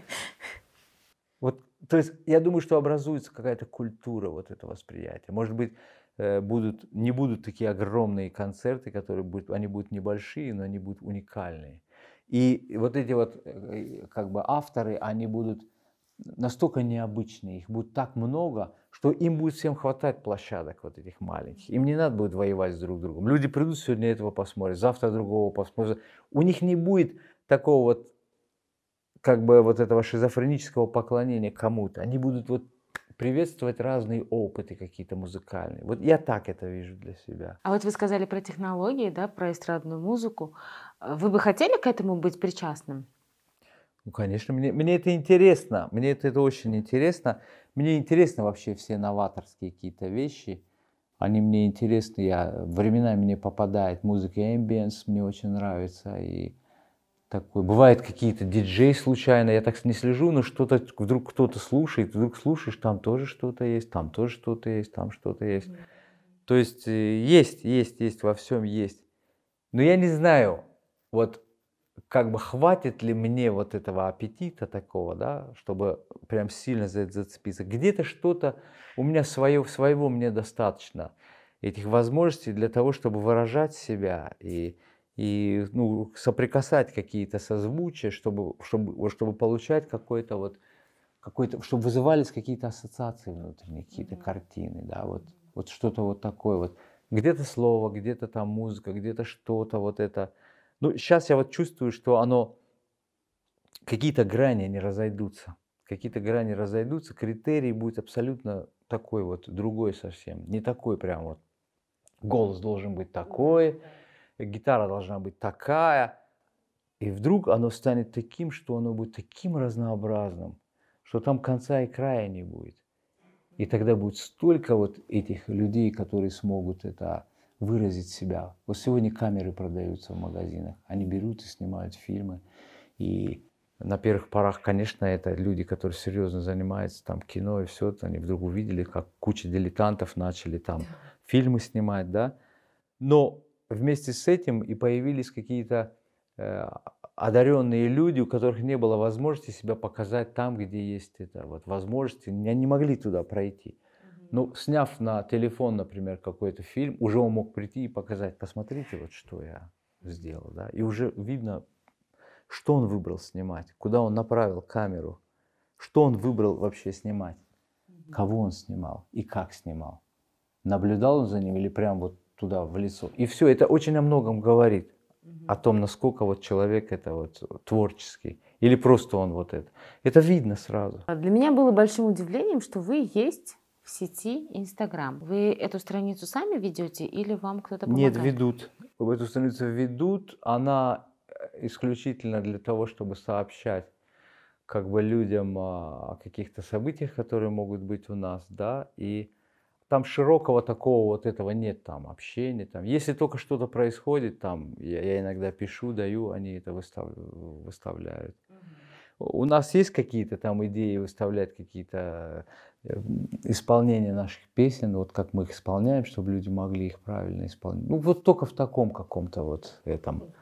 Вот, то есть я думаю, что образуется какая-то культура вот этого восприятия. Может быть, будут, не будут такие огромные концерты, которые будут, они будут небольшие, но они будут уникальные. И вот эти вот как бы авторы, они будут настолько необычные, их будет так много, что им будет всем хватать площадок вот этих маленьких. Им не надо будет воевать с друг другом. Люди придут сегодня этого посмотрят, завтра другого посмотрят. У них не будет такого вот как бы вот этого шизофренического поклонения кому-то. Они будут вот приветствовать разные опыты какие-то музыкальные. Вот я так это вижу для себя. А вот вы сказали про технологии, да, про эстрадную музыку. Вы бы хотели к этому быть причастным? Ну, конечно, мне, мне это интересно. Мне это, это очень интересно. Мне интересны вообще все новаторские какие-то вещи. Они мне интересны. Я, временами мне попадает музыка Ambience, мне очень нравится. И такой. Бывает какие-то диджей случайно, я так не слежу, но что-то вдруг кто-то слушает, вдруг слушаешь, там тоже что-то есть, там тоже что-то есть, там что-то есть. Mm-hmm. То есть есть, есть, есть, во всем есть. Но я не знаю, вот как бы хватит ли мне вот этого аппетита такого, да, чтобы прям сильно за это зацепиться. Где-то что-то у меня свое, своего мне достаточно, этих возможностей для того, чтобы выражать себя и и ну, соприкасать какие-то созвучия, чтобы, чтобы, чтобы получать какой-то вот, какой-то, чтобы вызывались какие-то ассоциации внутренние, какие-то mm-hmm. картины, да, вот, вот что-то вот такое вот. Где-то слово, где-то там музыка, где-то что-то вот это. Ну, сейчас я вот чувствую, что оно, какие-то грани не разойдутся, какие-то грани разойдутся, критерий будет абсолютно такой вот, другой совсем, не такой прям вот, голос должен быть такой, гитара должна быть такая, и вдруг оно станет таким, что оно будет таким разнообразным, что там конца и края не будет. И тогда будет столько вот этих людей, которые смогут это выразить себя. Вот сегодня камеры продаются в магазинах, они берут и снимают фильмы. И на первых порах, конечно, это люди, которые серьезно занимаются там кино и все, они вдруг увидели, как куча дилетантов начали там фильмы снимать, да. Но вместе с этим и появились какие-то э, одаренные люди, у которых не было возможности себя показать там, где есть это вот возможности, они не могли туда пройти. Mm-hmm. Ну, сняв на телефон, например, какой-то фильм, уже он мог прийти и показать, посмотрите, вот что я сделал, да, и уже видно, что он выбрал снимать, куда он направил камеру, что он выбрал вообще снимать, mm-hmm. кого он снимал и как снимал, наблюдал он за ним или прям вот туда, в лицо. И все, это очень о многом говорит. Mm-hmm. О том, насколько вот человек это вот творческий. Или просто он вот это. Это видно сразу. Для меня было большим удивлением, что вы есть в сети Инстаграм. Вы эту страницу сами ведете или вам кто-то помогает? Нет, ведут. Эту страницу ведут. Она исключительно для того, чтобы сообщать как бы людям о каких-то событиях, которые могут быть у нас, да, и там широкого такого вот этого нет, там общения, там. Если только что-то происходит, там я, я иногда пишу, даю, они это выстав, выставляют. Mm-hmm. У нас есть какие-то там идеи выставлять какие-то исполнения наших песен, вот как мы их исполняем, чтобы люди могли их правильно исполнять. Ну вот только в таком каком-то вот этом.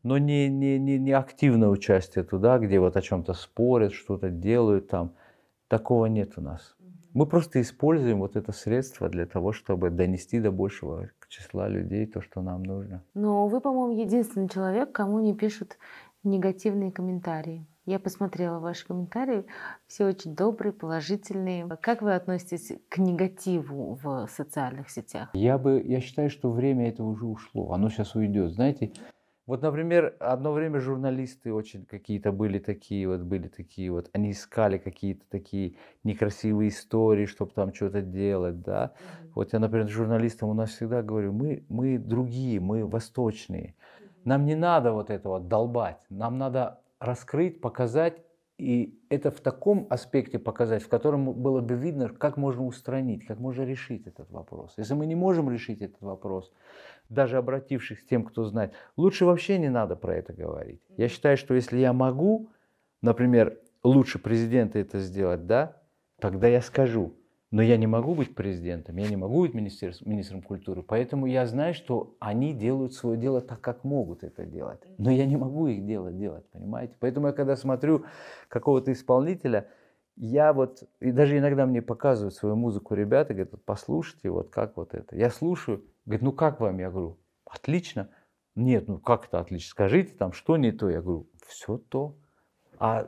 но не, не, не, не активное участие туда, где вот о чем-то спорят, что-то делают там. Такого нет у нас. Мы просто используем вот это средство для того, чтобы донести до большего числа людей то, что нам нужно. Но вы, по-моему, единственный человек, кому не пишут негативные комментарии. Я посмотрела ваши комментарии, все очень добрые, положительные. Как вы относитесь к негативу в социальных сетях? Я бы, я считаю, что время это уже ушло, оно сейчас уйдет. Знаете, вот, например, одно время журналисты очень какие-то были такие вот, были такие вот, они искали какие-то такие некрасивые истории, чтобы там что-то делать, да. Mm-hmm. Вот я, например, журналистам у нас всегда говорю, мы, мы другие, мы восточные. Mm-hmm. Нам не надо вот этого долбать, нам надо раскрыть, показать, и это в таком аспекте показать, в котором было бы видно, как можно устранить, как можно решить этот вопрос. Если мы не можем решить этот вопрос, даже обратившись к тем, кто знает, лучше вообще не надо про это говорить. Я считаю, что если я могу, например, лучше президента это сделать, да, тогда я скажу. Но я не могу быть президентом, я не могу быть министром культуры, поэтому я знаю, что они делают свое дело так, как могут это делать. Но я не могу их дело делать, понимаете? Поэтому я когда смотрю какого-то исполнителя, я вот, и даже иногда мне показывают свою музыку ребята, говорят, послушайте, вот как вот это. Я слушаю, говорят, ну как вам? Я говорю, отлично. Нет, ну как это отлично? Скажите там, что не то? Я говорю, все то. А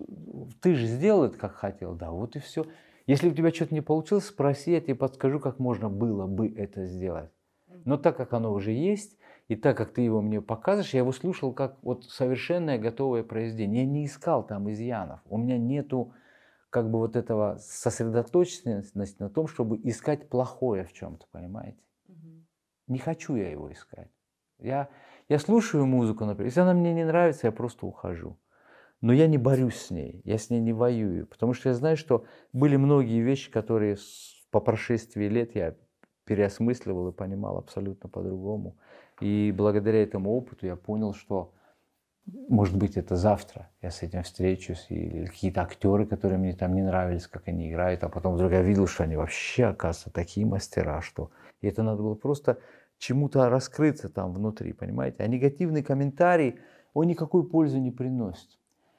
ты же сделал это, как хотел. Да, вот и все. Если у тебя что-то не получилось, спроси, я тебе подскажу, как можно было бы это сделать. Но так как оно уже есть, и так как ты его мне показываешь, я его слушал как вот совершенное готовое произведение. Я не искал там изъянов. У меня нету как бы вот этого сосредоточенности на том, чтобы искать плохое в чем-то, понимаете? Mm-hmm. Не хочу я его искать. Я, я слушаю музыку, например, если она мне не нравится, я просто ухожу. Но я не борюсь с ней, я с ней не воюю, потому что я знаю, что были многие вещи, которые по прошествии лет я переосмысливал и понимал абсолютно по-другому. И благодаря этому опыту я понял, что, может быть, это завтра я с этим встречусь, или какие-то актеры, которые мне там не нравились, как они играют, а потом вдруг я видел, что они вообще, оказывается, такие мастера, что... И это надо было просто чему-то раскрыться там внутри, понимаете? А негативный комментарий, он никакой пользы не приносит.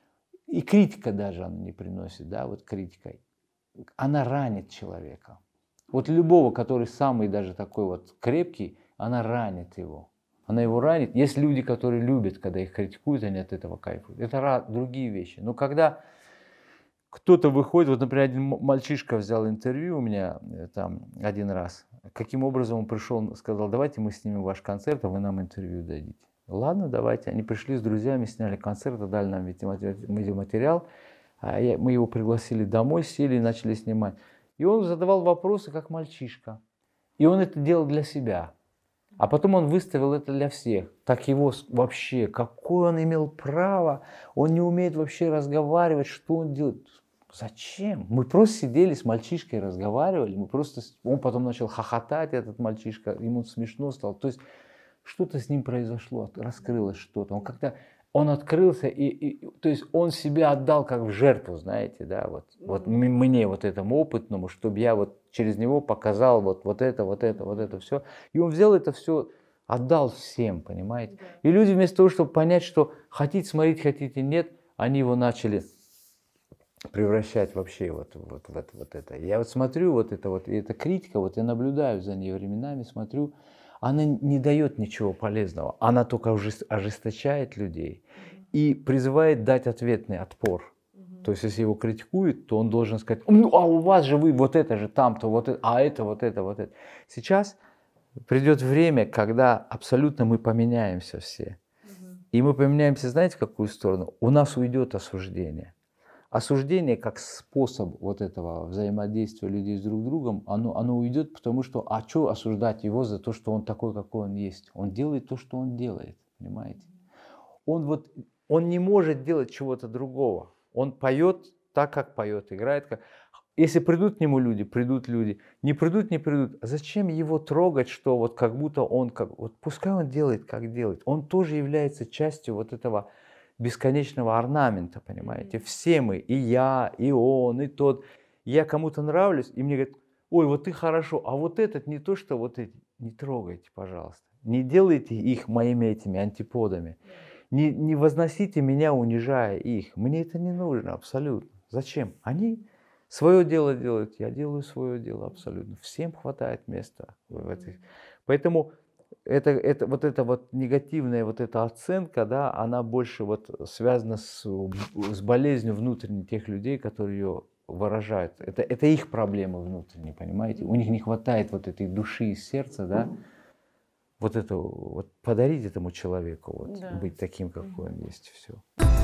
И критика даже она не приносит, да, вот критика. Она ранит человека. Вот любого, который самый даже такой вот крепкий, она ранит его. Она его ранит. Есть люди, которые любят, когда их критикуют, они от этого кайфуют. Это другие вещи. Но когда кто-то выходит, вот, например, один мальчишка взял интервью у меня там один раз. Каким образом он пришел, сказал, давайте мы снимем ваш концерт, а вы нам интервью дадите. Ладно, давайте. Они пришли с друзьями, сняли концерт, дали нам видеоматериал. Мы его пригласили домой, сели и начали снимать. И он задавал вопросы, как мальчишка. И он это делал для себя. А потом он выставил это для всех. Так его вообще, какое он имел право? Он не умеет вообще разговаривать, что он делает? Зачем? Мы просто сидели с мальчишкой, разговаривали. Мы просто... Он потом начал хохотать, этот мальчишка. Ему смешно стало. То есть что-то с ним произошло, раскрылось что-то. Он как-то, он открылся, и, и, то есть он себя отдал как в жертву, знаете, да, вот, вот мне, вот этому опытному, чтобы я вот через него показал вот, вот это, вот это, вот это все. И он взял это все, отдал всем, понимаете. И люди вместо того, чтобы понять, что хотите смотреть, хотите нет, они его начали превращать вообще вот, вот, вот, вот это. Я вот смотрю, вот это вот, и эта критика, вот я наблюдаю за ней временами, смотрю, она не дает ничего полезного, она только ожесточает людей и призывает дать ответный отпор. Mm-hmm. То есть, если его критикуют, то он должен сказать, ну, а у вас же вы вот это же там-то, вот это, а это, вот это, вот это. Сейчас придет время, когда абсолютно мы поменяемся все. Mm-hmm. И мы поменяемся, знаете, в какую сторону? У нас уйдет осуждение. Осуждение как способ вот этого взаимодействия людей с друг другом, оно, оно уйдет, потому что, а что осуждать его за то, что он такой, какой он есть? Он делает то, что он делает, понимаете? Он, вот, он не может делать чего-то другого. Он поет так, как поет, играет как... Если придут к нему люди, придут люди. Не придут, не придут. Зачем его трогать, что вот как будто он... Как... Вот пускай он делает, как делает. Он тоже является частью вот этого... бесконечного орнамента, понимаете? Все мы, и я, и он, и тот. Я кому-то нравлюсь, и мне говорят, ой, вот ты хорошо, а вот этот не то, что вот эти. Не трогайте, пожалуйста. Не делайте их моими этими антиподами. Не, не возносите меня, унижая их. Мне это не нужно абсолютно. Зачем? Они свое дело делают, я делаю свое дело абсолютно. Всем хватает места в этих. Поэтому это, это, вот эта вот негативная вот эта оценка, да, она больше вот связана с, с болезнью внутренней тех людей, которые ее выражают. Это, это их проблемы внутренние, понимаете? У них не хватает вот этой души и сердца, да, вот это вот подарить этому человеку, вот, Да. быть таким, какой он есть, все.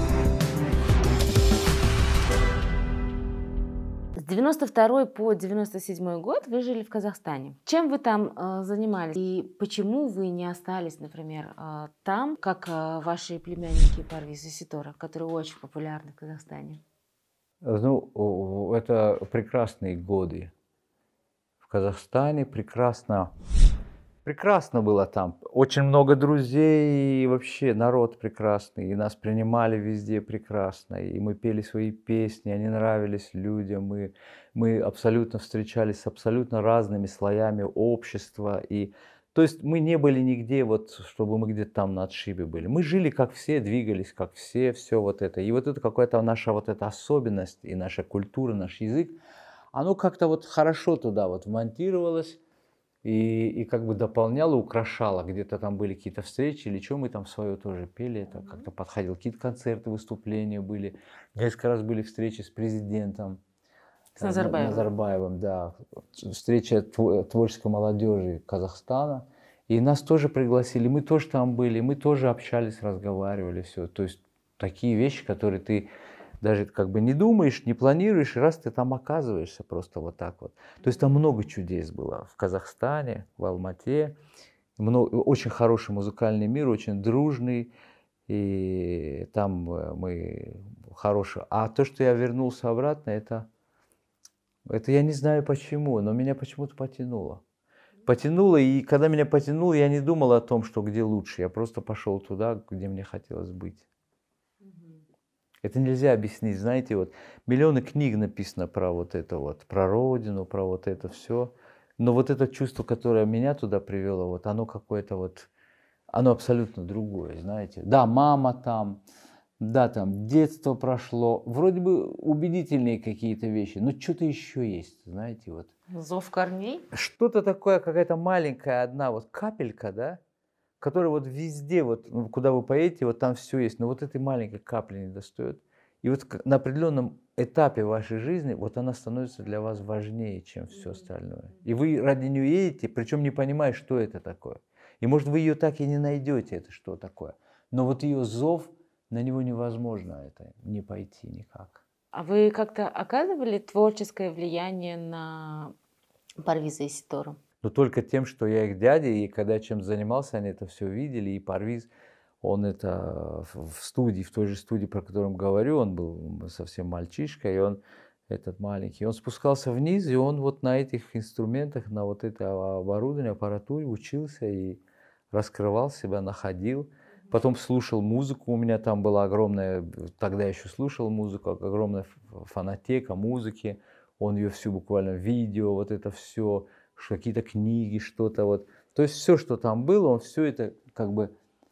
С девяносто второй по девяносто седьмой год вы жили в Казахстане. Чем вы там э, занимались? И почему вы не остались, например, э, там, как э, ваши племянники Парвиз и Ситора, которые очень популярны в Казахстане? Ну, о, это прекрасные годы в Казахстане, прекрасно, прекрасно было там. Очень много друзей, и вообще народ прекрасный, и нас принимали везде прекрасно, и мы пели свои песни, они нравились людям, мы, мы абсолютно встречались с абсолютно разными слоями общества, и то есть мы не были нигде, вот, чтобы мы где-то там на отшибе были. Мы жили как все, двигались как все, все вот это. И вот это какая-то наша вот эта особенность, и наша культура, наш язык, оно как-то вот хорошо туда вот вмонтировалось и, и как бы дополняло, украшало. Где-то там были какие-то встречи или что, мы там свое тоже пели, это как-то подходило. Какие-то концерты, выступления были. Несколько раз были встречи с президентом. С Назарбаевым. Назарбаевым, да. Встреча творческой молодежи Казахстана. И нас тоже пригласили, мы тоже там были, мы тоже общались, разговаривали, все. То есть такие вещи, которые ты даже как бы не думаешь, не планируешь, и раз ты там оказываешься просто вот так вот. То есть там много чудес было в Казахстане, в Алмате. Много, очень хороший музыкальный мир, очень дружный. И там мы хорошие. А то, что я вернулся обратно, это... Это я не знаю почему, но меня почему-то потянуло. Потянуло, и когда меня потянуло, я не думал о том, что где лучше. Я просто пошел туда, где мне хотелось быть. Это нельзя объяснить. Знаете, вот миллионы книг написано про вот это вот, про родину, про вот это все. Но вот это чувство, которое меня туда привело, вот оно какое-то вот, оно абсолютно другое, знаете. Да, мама там. Да, там детство прошло, вроде бы убедительные какие-то вещи, но что-то еще есть, знаете, вот. Зов корней? Что-то такое, какая-то маленькая одна вот капелька, да, которая вот везде, вот, ну, куда вы поедете, вот там все есть, но вот этой маленькой капли не достает. И вот на определенном этапе вашей жизни вот она становится для вас важнее, чем все остальное. И вы ради нее едете, причем не понимая, что это такое. И может вы ее так и не найдете, это что такое. Но вот ее зов, на него невозможно это не пойти никак. А вы как-то оказывали творческое влияние на Парвиза и Ситору? Но только тем, что я их дядя, и когда я чем занимался, они это все видели. И Парвиз, он это в студии, в той же студии, про которую говорю, он был совсем мальчишка, и он этот маленький, он спускался вниз, и он вот на этих инструментах, на вот это оборудование, аппаратуре учился и раскрывал себя, находил. Потом слушал музыку, у меня там была огромная, тогда я еще слушал музыку, огромная фонотека музыки, он ее всю буквально видео, вот это все, какие-то книги, что-то вот. То есть все, что там было, он все это как бы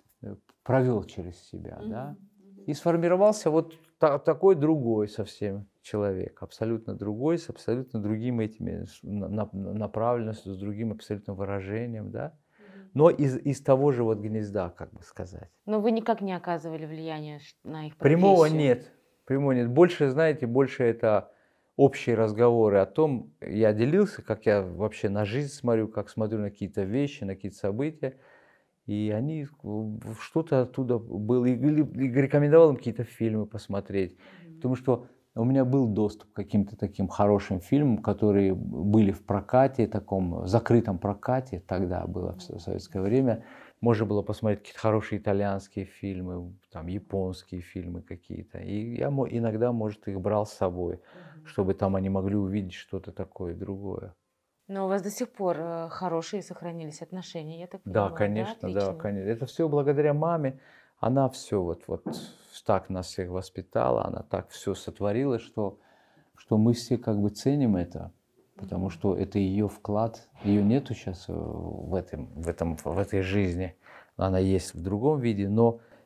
провел через себя, mm-hmm. да, и сформировался вот та, такой другой совсем человек, абсолютно другой, с абсолютно другими этими направленностью, с другим абсолютно выражением, да. Но из, из того же вот гнезда, как бы сказать. Но вы никак не оказывали влияния на их профессию? Прямого нет. Прямого нет. Больше, знаете, больше это общие разговоры о том, я делился, как я вообще на жизнь смотрю, как смотрю на какие-то вещи, на какие-то события. И они, что-то оттуда было, или рекомендовал им какие-то фильмы посмотреть. Mm-hmm. Потому что у меня был доступ к каким-то таким хорошим фильмам, которые были в прокате, таком закрытом прокате, тогда было в советское время. Можно было посмотреть какие-то хорошие итальянские фильмы, там, японские фильмы какие-то. И я иногда, может, их брал с собой, mm-hmm. чтобы там они могли увидеть что-то такое другое. Но у вас до сих пор хорошие сохранились отношения, я так понимаю. Да, конечно, да, конечно. Это все благодаря маме. Она все вот, вот так нас всех воспитала, она так все сотворила, что, что мы все как бы ценим это, потому что это ее вклад, ее нету сейчас в, этом, в, этом, в этой жизни, она есть в другом виде, но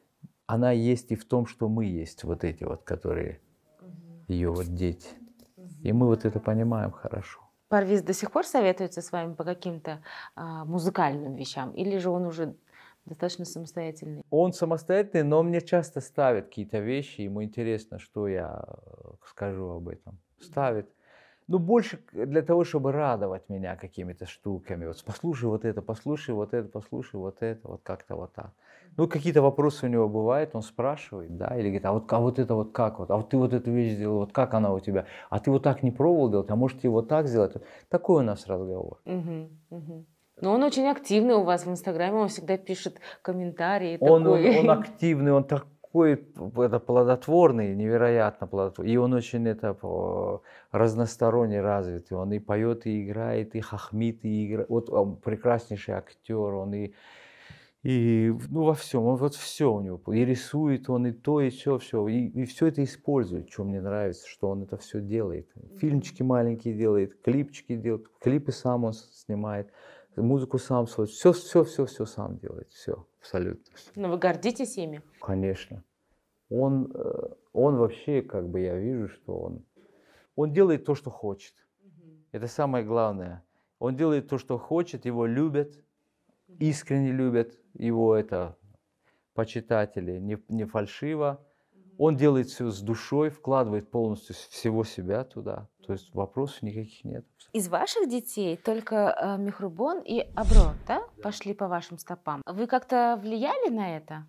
она есть и в том, что мы есть, вот эти вот, которые ее вот дети. И мы вот это понимаем хорошо. Парвиз до сих пор советуется с вами по каким-то а, музыкальным вещам? Или же он уже достаточно самостоятельный? Он самостоятельный, но мне часто ставит какие-то вещи, ему интересно, что я скажу об этом. Ставит. Ну, больше для того, чтобы радовать меня какими-то штуками. Вот послушай вот это, послушай вот это, послушай вот это, вот как-то вот так. Ну, какие-то вопросы у него бывают, он спрашивает, да, или говорит, а вот, а вот это вот как вот, а вот ты вот эту вещь сделал, вот как она у тебя, а ты вот так не пробовал делать, а может тебе вот так сделать? Такой у нас разговор. Угу, угу. Но он очень активный у вас в Инстаграме, он всегда пишет комментарии. Он, такой. он, он активный, он такой это, плодотворный, невероятно плодотворный. И он очень это, разносторонне развитый. Он и поет, и играет, и хохмит, и играет. Вот он прекраснейший актер, он и, и ну, во всем, он вот все у него. И рисует он, и то, и все, все. И, и все это использует, что мне нравится, что он это все делает. Фильмчики маленькие делает, клипчики делает, клипы сам он снимает. Музыку сам свой, все, все, все, все сам делает, все, абсолютно. Но вы гордитесь ими? Конечно. Он, он вообще, как бы я вижу, что он, он делает то, что хочет. Угу. Это самое главное. Он делает то, что хочет, его любят, искренне любят, его это почитатели, не, не фальшиво. Он делает все с душой, вкладывает полностью всего себя туда. То есть вопросов никаких нет. Из ваших детей только э, Мехрубон и Аброр, да, пошли по вашим стопам. Вы как-то влияли на это?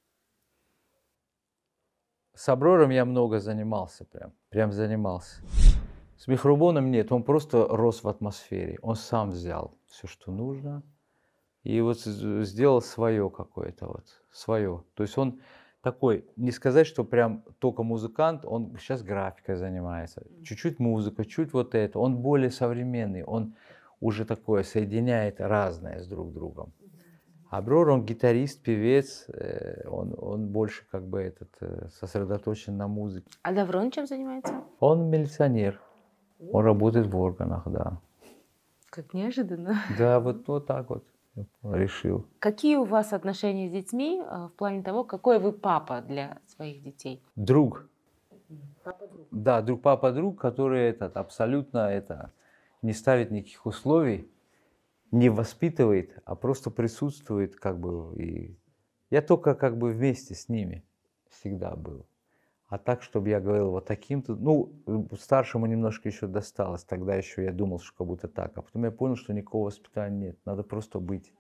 С Аброром я много занимался, прям, прям занимался. С Мехрубоном нет, он просто рос в атмосфере. Он сам взял все, что нужно, и вот сделал свое какое-то вот, свое. То есть он такой, не сказать, что прям только музыкант, он сейчас графикой занимается, чуть-чуть музыка, чуть вот это, он более современный, он уже такое соединяет разное с друг другом. Аброр, он гитарист, певец, он, он больше как бы этот, сосредоточен на музыке. А Даврон чем занимается? Он милиционер, он работает в органах, да. Как неожиданно. Да, вот, вот так вот. Решил. Какие у вас отношения с детьми в плане того, какой вы папа для своих детей? Друг. Папа-друг. Да, друг, папа-друг, который этот, абсолютно это, не ставит никаких условий, не воспитывает, а просто присутствует как бы. И я только как бы вместе с ними всегда был. А так, чтобы я говорил вот таким-то, ну, старшему немножко еще досталось, тогда еще я думал, что как будто так. А потом я понял, что никакого воспитания нет, надо просто быть,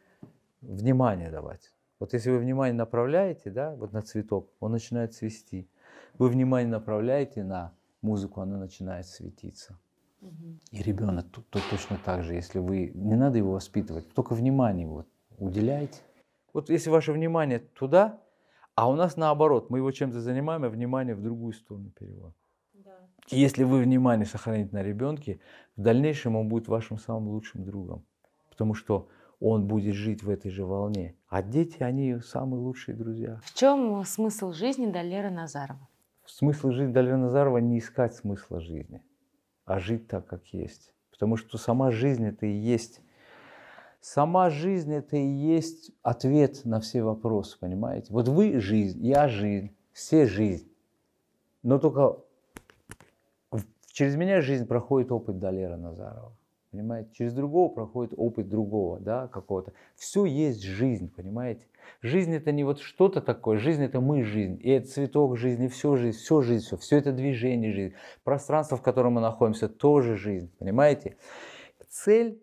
внимание давать. Вот если вы внимание направляете, да, вот на цветок, он начинает цвести. Вы внимание направляете на музыку, она начинает светиться. Угу. И ребенок тут, тут точно так же, если вы, не надо его воспитывать, только внимание вот уделяйте. Вот если ваше внимание туда, а у нас наоборот, мы его чем-то занимаем, а внимание в другую сторону переводим. Да. И если вы внимание сохраните на ребенке, в дальнейшем он будет вашим самым лучшим другом. Потому что он будет жить в этой же волне. А дети, они самые лучшие друзья. В чем смысл жизни Далера Назарова? Смысл жизни Далера Назарова не искать смысла жизни, а жить так, как есть. Потому что сама жизнь это и есть. Сама жизнь это и есть ответ на все вопросы, понимаете? Вот вы жизнь, я жизнь, все жизнь. Но только через меня жизнь проходит опыт Далера Назарова. Понимаете? Через другого проходит опыт другого, да, какого-то. Все есть жизнь, понимаете? Жизнь это не вот что-то такое, жизнь это мы жизнь. И это цветок жизни, все жизнь, все жизнь, все, все это движение жизнь. Пространство, в котором мы находимся, тоже жизнь, понимаете? Цель,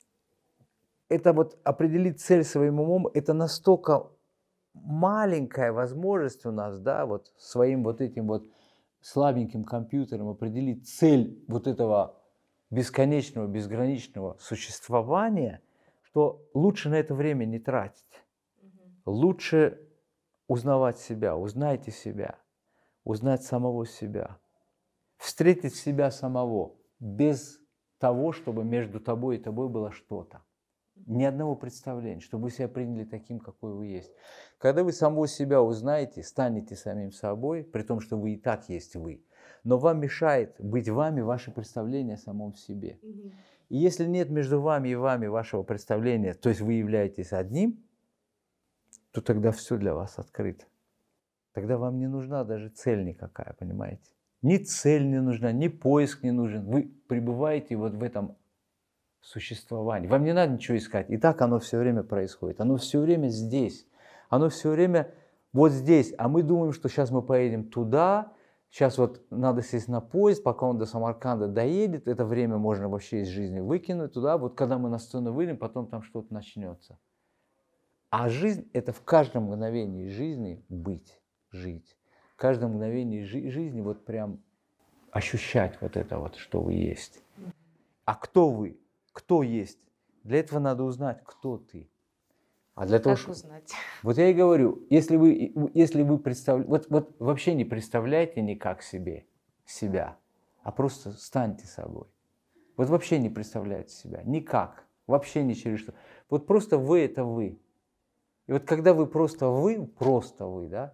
это вот определить цель своим умом, это настолько маленькая возможность у нас, да, вот своим вот этим вот слабеньким компьютером определить цель вот этого бесконечного, безграничного существования, что лучше на это время не тратить. Угу. Лучше узнавать себя, узнайте себя, узнать самого себя, встретить себя самого, без того, чтобы между тобой и тобой было что-то. Ни одного представления, чтобы вы себя приняли таким, какой вы есть. Когда вы самого себя узнаете, станете самим собой, при том, что вы и так есть вы, но вам мешает быть вами ваше представление о самом себе. Угу. И если нет между вами и вами вашего представления, то есть вы являетесь одним, то тогда все для вас открыто. тогда вам не нужна даже цель никакая, понимаете? Ни цель не нужна, ни поиск не нужен. Вы пребываете вот в этом существовании. Вам не надо ничего искать. И так оно все время происходит. Оно все время здесь. Оно все время вот здесь. А мы думаем, что сейчас мы поедем туда. Сейчас вот надо сесть на поезд, пока он до Самарканда доедет. Это время можно вообще из жизни выкинуть туда. Вот когда мы на сцену выйдем, потом там что-то начнется. А жизнь – это в каждом мгновении жизни быть, жить. В каждом мгновении жи- жизни вот прям ощущать вот это вот, что вы есть. А кто вы? Кто есть? Для этого надо узнать, кто ты. А для того, Как что... узнать? Вот я и говорю, если вы, если вы представляете, вот, вот вообще не представляете никак себе себя, а просто станьте собой. Вот вообще не представляете себя, никак, вообще ни через что. Вот просто вы – это вы. И вот когда вы просто вы, просто вы, да,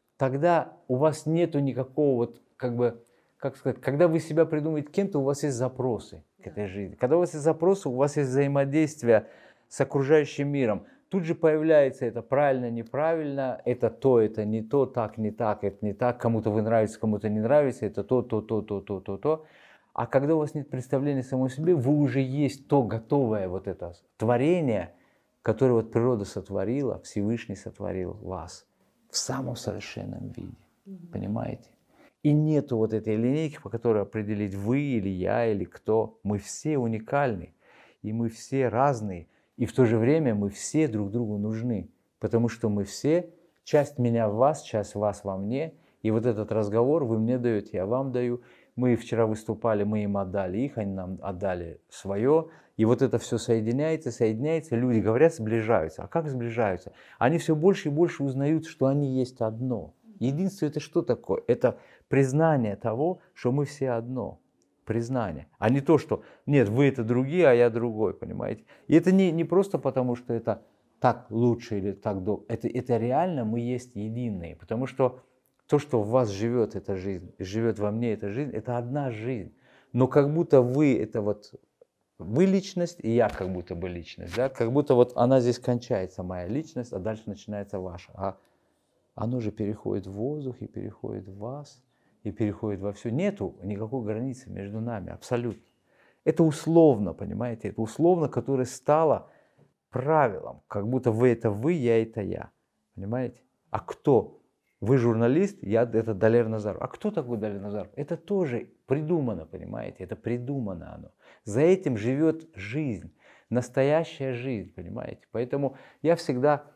тогда у вас нету никакого вот, как бы, как сказать, когда вы себя придумаете кем-то, у вас есть запросы к этой жизни. Когда у вас есть запросы, у вас есть взаимодействие с окружающим миром. Тут же появляется это правильно, неправильно, это то, это не то, так, не так, это не так, кому-то вы нравитесь, кому-то не нравится, это то, то, то, то, то, то, то. А когда у вас нет представления самой себе, вы уже есть то готовое вот это творение, которое вот природа сотворила, Всевышний сотворил вас в самом совершенном виде. Mm-hmm. Понимаете? И нету вот этой линейки, по которой определить вы или я или кто. Мы все уникальны, и мы все разные. И в то же время мы все друг другу нужны, потому что мы все, часть меня в вас, часть вас во мне. И вот этот разговор вы мне даете, я вам даю. Мы вчера выступали, мы им отдали их, они нам отдали свое. И вот это все соединяется, соединяется, люди говорят, сближаются. А как сближаются? Они все больше и больше узнают, что они есть одно. Единство – это что такое? Это признание того, что мы все одно. Признание. А не то, что нет, вы это другие, а я другой, понимаете? И это не, не просто потому, что это так лучше или так долго. Это, это реально мы есть единые. Потому что то, что в вас живет эта жизнь, живет во мне эта жизнь, это одна жизнь. Но как будто вы это вот, вы личность, и я как будто бы личность. Да? Как будто вот она здесь кончается, моя личность, а дальше начинается ваша. А оно же переходит в воздух и переходит в вас. И переходит во все. Нету никакой границы между нами, абсолютно. Это условно, понимаете? Это условно, которое стало правилом. Как будто вы это вы, я это я. Понимаете? А кто? Вы журналист, я это Далер Назаров. А кто такой Далер Назаров? Это тоже придумано, понимаете? Это придумано оно. За этим живет жизнь, настоящая жизнь, понимаете? Поэтому я всегда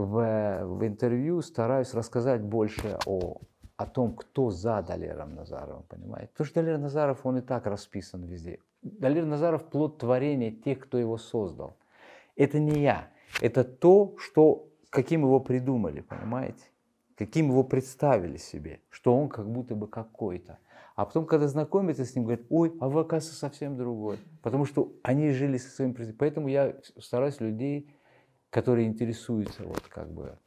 в, в интервью стараюсь рассказать больше о... о том, кто за Далером Назаровым, понимаете? Потому что Далер Назаров, он и так расписан везде. Далер Назаров – плод творения тех, кто его создал. Это не я. Это то, что, каким его придумали, понимаете? Каким его представили себе, что он как будто бы какой-то. А потом, когда знакомятся с ним, говорят, ой, а вы, оказывается, совсем другой. Потому что они жили со своим представлением. Поэтому я стараюсь людей, которые интересуются вот как бы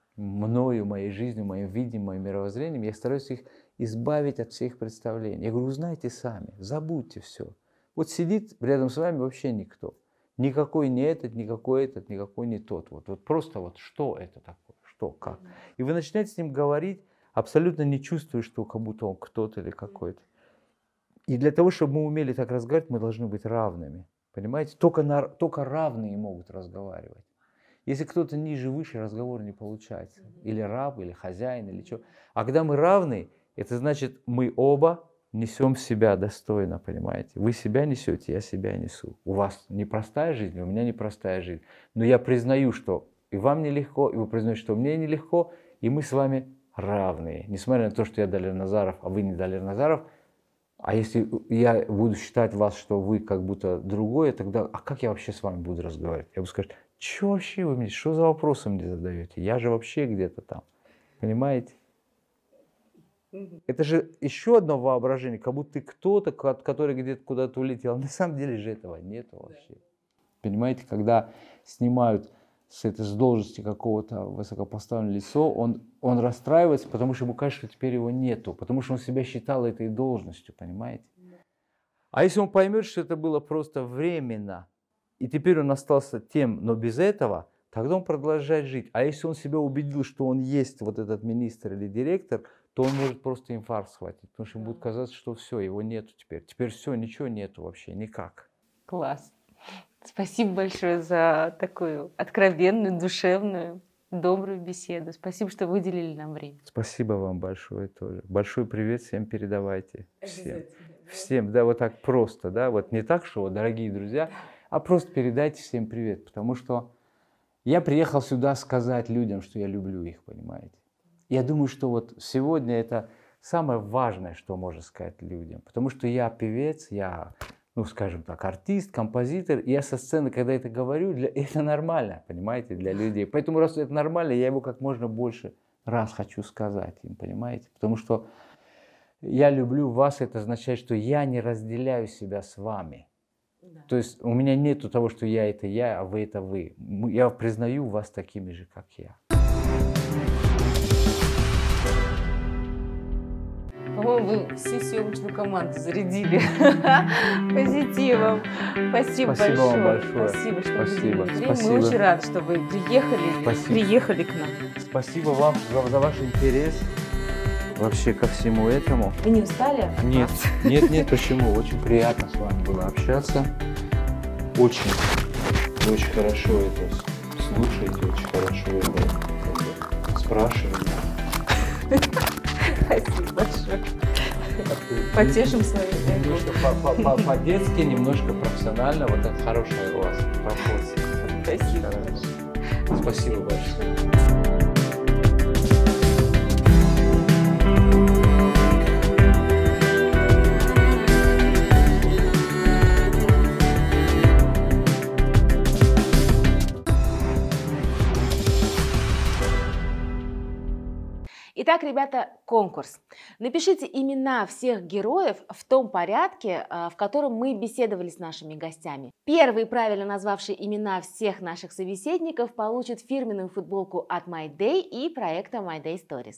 мною, моей жизнью, моим видением, моим мировоззрением, я стараюсь их избавить от всех представлений. Я говорю, узнайте сами, забудьте все. Вот сидит рядом с вами вообще никто. Никакой не этот, никакой этот, никакой не тот. Вот, вот просто вот что это такое, что, как. И вы начинаете с ним говорить, абсолютно не чувствуя, что как будто он кто-то или какой-то. И для того, чтобы мы умели так разговаривать, мы должны быть равными. Понимаете? Только, на, только равные могут разговаривать. Если кто-то ниже, выше, разговор не получается. Или раб, или хозяин, или что. А когда мы равны, это значит, мы оба несем себя достойно, понимаете? Вы себя несете, я себя несу. У вас непростая жизнь, у меня непростая жизнь. Но я признаю, что и вам нелегко, и вы признаете, что мне нелегко, и мы с вами равные. Несмотря на то, что я Далер Назаров, а вы не Далер Назаров. А если я буду считать вас, что вы как будто другое, тогда, а как я вообще с вами буду разговаривать? Я буду сказать, что вообще вы мне, что за вопросы мне задаете? Я же вообще где-то там. Понимаете? Это же еще одно воображение, как будто ты кто-то, который где-то куда-то улетел. На самом деле же этого нету вообще. Понимаете, когда снимают с этой с должности какого-то высокопоставленного лицо, он, он расстраивается, потому что ему кажется, что теперь его нету, потому что он себя считал этой должностью, понимаете? А если он поймет, что это было просто временно, и теперь он остался тем, но без этого, тогда он продолжает жить. А если он себя убедил, что он есть вот этот министр или директор, то он может просто инфаркт схватить, потому что ему будет казаться, что все, его нету теперь. Теперь все, ничего нету вообще, никак. Класс. Спасибо большое за такую откровенную, душевную, добрую беседу. Спасибо, что выделили нам время. Спасибо вам большое тоже. Большой привет всем передавайте. Всем. Всем, да, вот так просто, да, вот не так, что, дорогие друзья, а просто передайте всем привет, потому что я приехал сюда сказать людям, что я люблю их, понимаете. Я думаю, что вот сегодня это самое важное, что можно сказать людям, потому что я певец, я, ну, скажем так, артист, композитор, и я со сцены, когда это говорю, для, это нормально, понимаете, для людей. Поэтому, раз это нормально, я его как можно больше раз хочу сказать им, понимаете, потому что я люблю вас, это означает, что я не разделяю себя с вами. Да. То есть у меня нету того, что я это я, а вы это вы. Я признаю вас такими же, как я. По-моему, вы всю съемочную команду зарядили позитивом. Спасибо, Спасибо большое. вам большое. Спасибо, что Спасибо. уделили время. Спасибо. Мы очень рады, что вы приехали, Спасибо. приехали к нам. Спасибо вам за, за ваш интерес вообще ко всему этому. Вы не устали? Нет, нет, нет, почему? Очень приятно с вами было общаться. Очень, очень хорошо это слушаете, очень хорошо это спрашиваете. Спасибо большое. Потешим свою Немножко по-детски, немножко профессионально. Вот это хорошая у вас пропорция. Спасибо. Спасибо большое. Итак, ребята, конкурс. Напишите имена всех героев в том порядке, в котором мы беседовали с нашими гостями. Первый, правильно назвавший имена всех наших собеседников, получит фирменную футболку от My Day и проекта My Day Stories.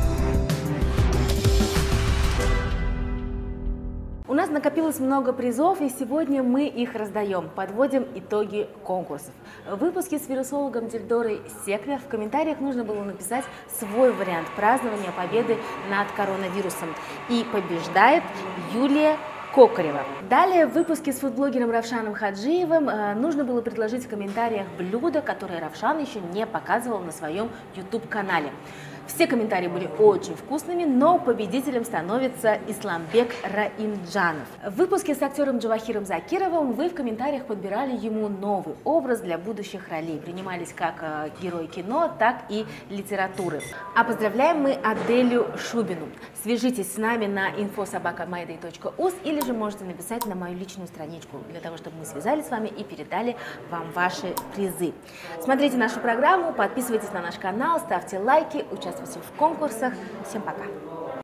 У нас накопилось много призов, и сегодня мы их раздаем, подводим итоги конкурсов. В выпуске с вирусологом Дильдорой Секвер в комментариях нужно было написать свой вариант празднования победы над коронавирусом. И побеждает Юлия Кокарева. Далее в выпуске с фудблогером Равшаном Хаджиевым э, нужно было предложить в комментариях блюдо, которое Равшан еще не показывал на своем YouTube-канале. Все комментарии были очень вкусными, но победителем становится Исламбек Раимджанов. В выпуске с актером Джавахиром Закировым вы в комментариях подбирали ему новый образ для будущих ролей. Принимались как э, герой кино, так и литературы. А поздравляем мы Аделю Шубину. Свяжитесь с нами на инфо собака майдей точка уз или же можете написать на мою личную страничку, для того, чтобы мы связались с вами и передали вам ваши призы. Смотрите нашу программу, подписывайтесь на наш канал, ставьте лайки, участвуйте в конкурсах. Всем пока!